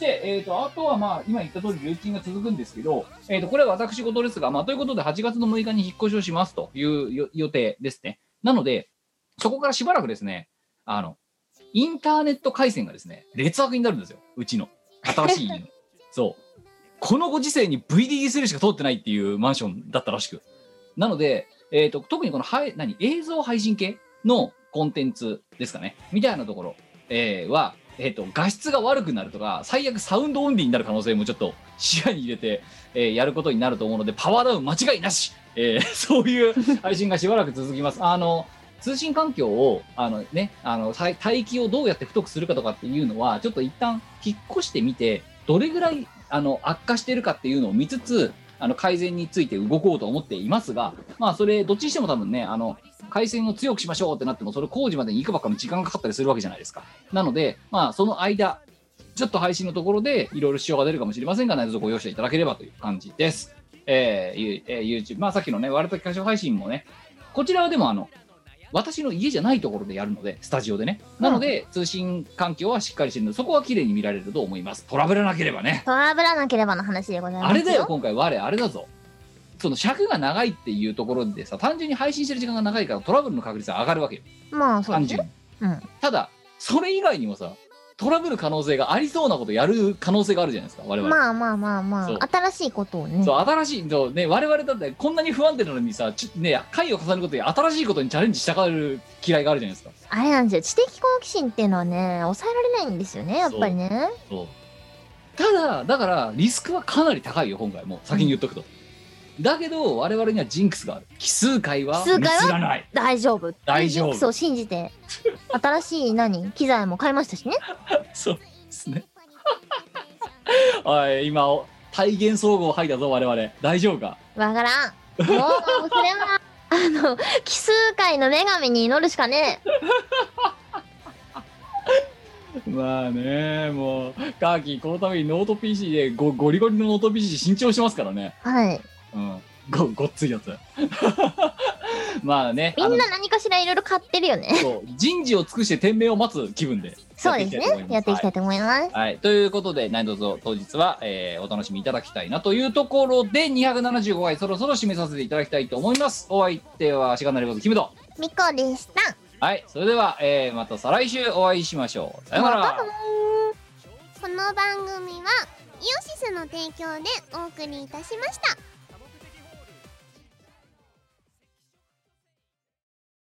あとはまあ今言った通りルーティンが続くんですけど、これは私事ですが、まあということで8月の6日に引っ越しをしますという予定ですね。なので、そこからしばらくですね、インターネット回線がですね、劣悪になるんですよ、うちの新しい家の。そう。このご時世に VDSL しか通ってないっていうマンションだったらしく。なので、特にこの映像配信系のコンテンツですかね、みたいなところ、は、画質が悪くなるとか、最悪サウンドオンリーになる可能性もちょっと視野に入れて、やることになると思うので、パワーダウン間違いなし、そういう配信がしばらく続きます。通信環境を、帯域をどうやって太くするかとかっていうのは、ちょっと一旦引っ越してみて、どれぐらい悪化しているかっていうのを見つつ、改善について動こうと思っていますが、まあそれどっちにしても多分ね、回線を強くしましょうってなっても、それ工事までにいくばっかの時間がかかったりするわけじゃないですか。なので、まあその間ちょっと配信のところでいろいろ支障が出るかもしれませんが、何卒ご容赦いただければという感じです。YouTube、まあさっきのね、割と歌唱配信もね、こちらはでも私の家じゃないところでやるので、スタジオでね。なので、通信環境はしっかりしてるので、そこは綺麗に見られると思います。トラブらなければね。 トラブらなければの話でございますよ。 あれだよ、今回あれだぞ。その尺が長いっていうところでさ、単純に配信してる時間が長いからトラブルの確率が上がるわけよ。 まあ、そうですね。 単純に。ただ、それ以外にもさ、トラブル可能性がありそうなことやる可能性があるじゃないですか、我々。 まあ、新しいことをね。 そう、新しい、ね、我々だってこんなに不安定なのにさ、ね、回を重ねることで新しいことにチャレンジしたがる嫌いがあるじゃないですか。 あれなんですよ、知的好奇心っていうのはね、抑えられないんですよね、やっぱりね。 そう。ただ、だから、リスクはかなり高いよ、今回も。先に言っとくと。だけど、我々にはジンクスがある。奇数回はミスらない。 大丈夫。 大丈夫。 ジンクスを信じて、新しい機材も買いましたしね。 そうですね。おい、今、体現総合を吐いたぞ、我々。大丈夫か？ わからん。もう、それは、奇数回の女神に祈るしかねえ。まあね、もう、カーキー、このためにノート PC でゴリゴリのノート PC 新調してますからね。 はい。 うん。ごっついやつ。まあね。 みんな何かしらいろいろ買ってるよね。 そう。人事を尽くして天命を待つ気分で。 そうですね。やっていきたいと思います。 はい。ということで、何卒当日は、お楽しみいただきたいなというところで、275回そろそろ締めさせていただきたいと思います。お相手は、しがなりことキムト。 みこでした。 はい。それでは、また再来週お会いしましょう。さよなら。 この番組はイオシスの提供でお送りいたしました。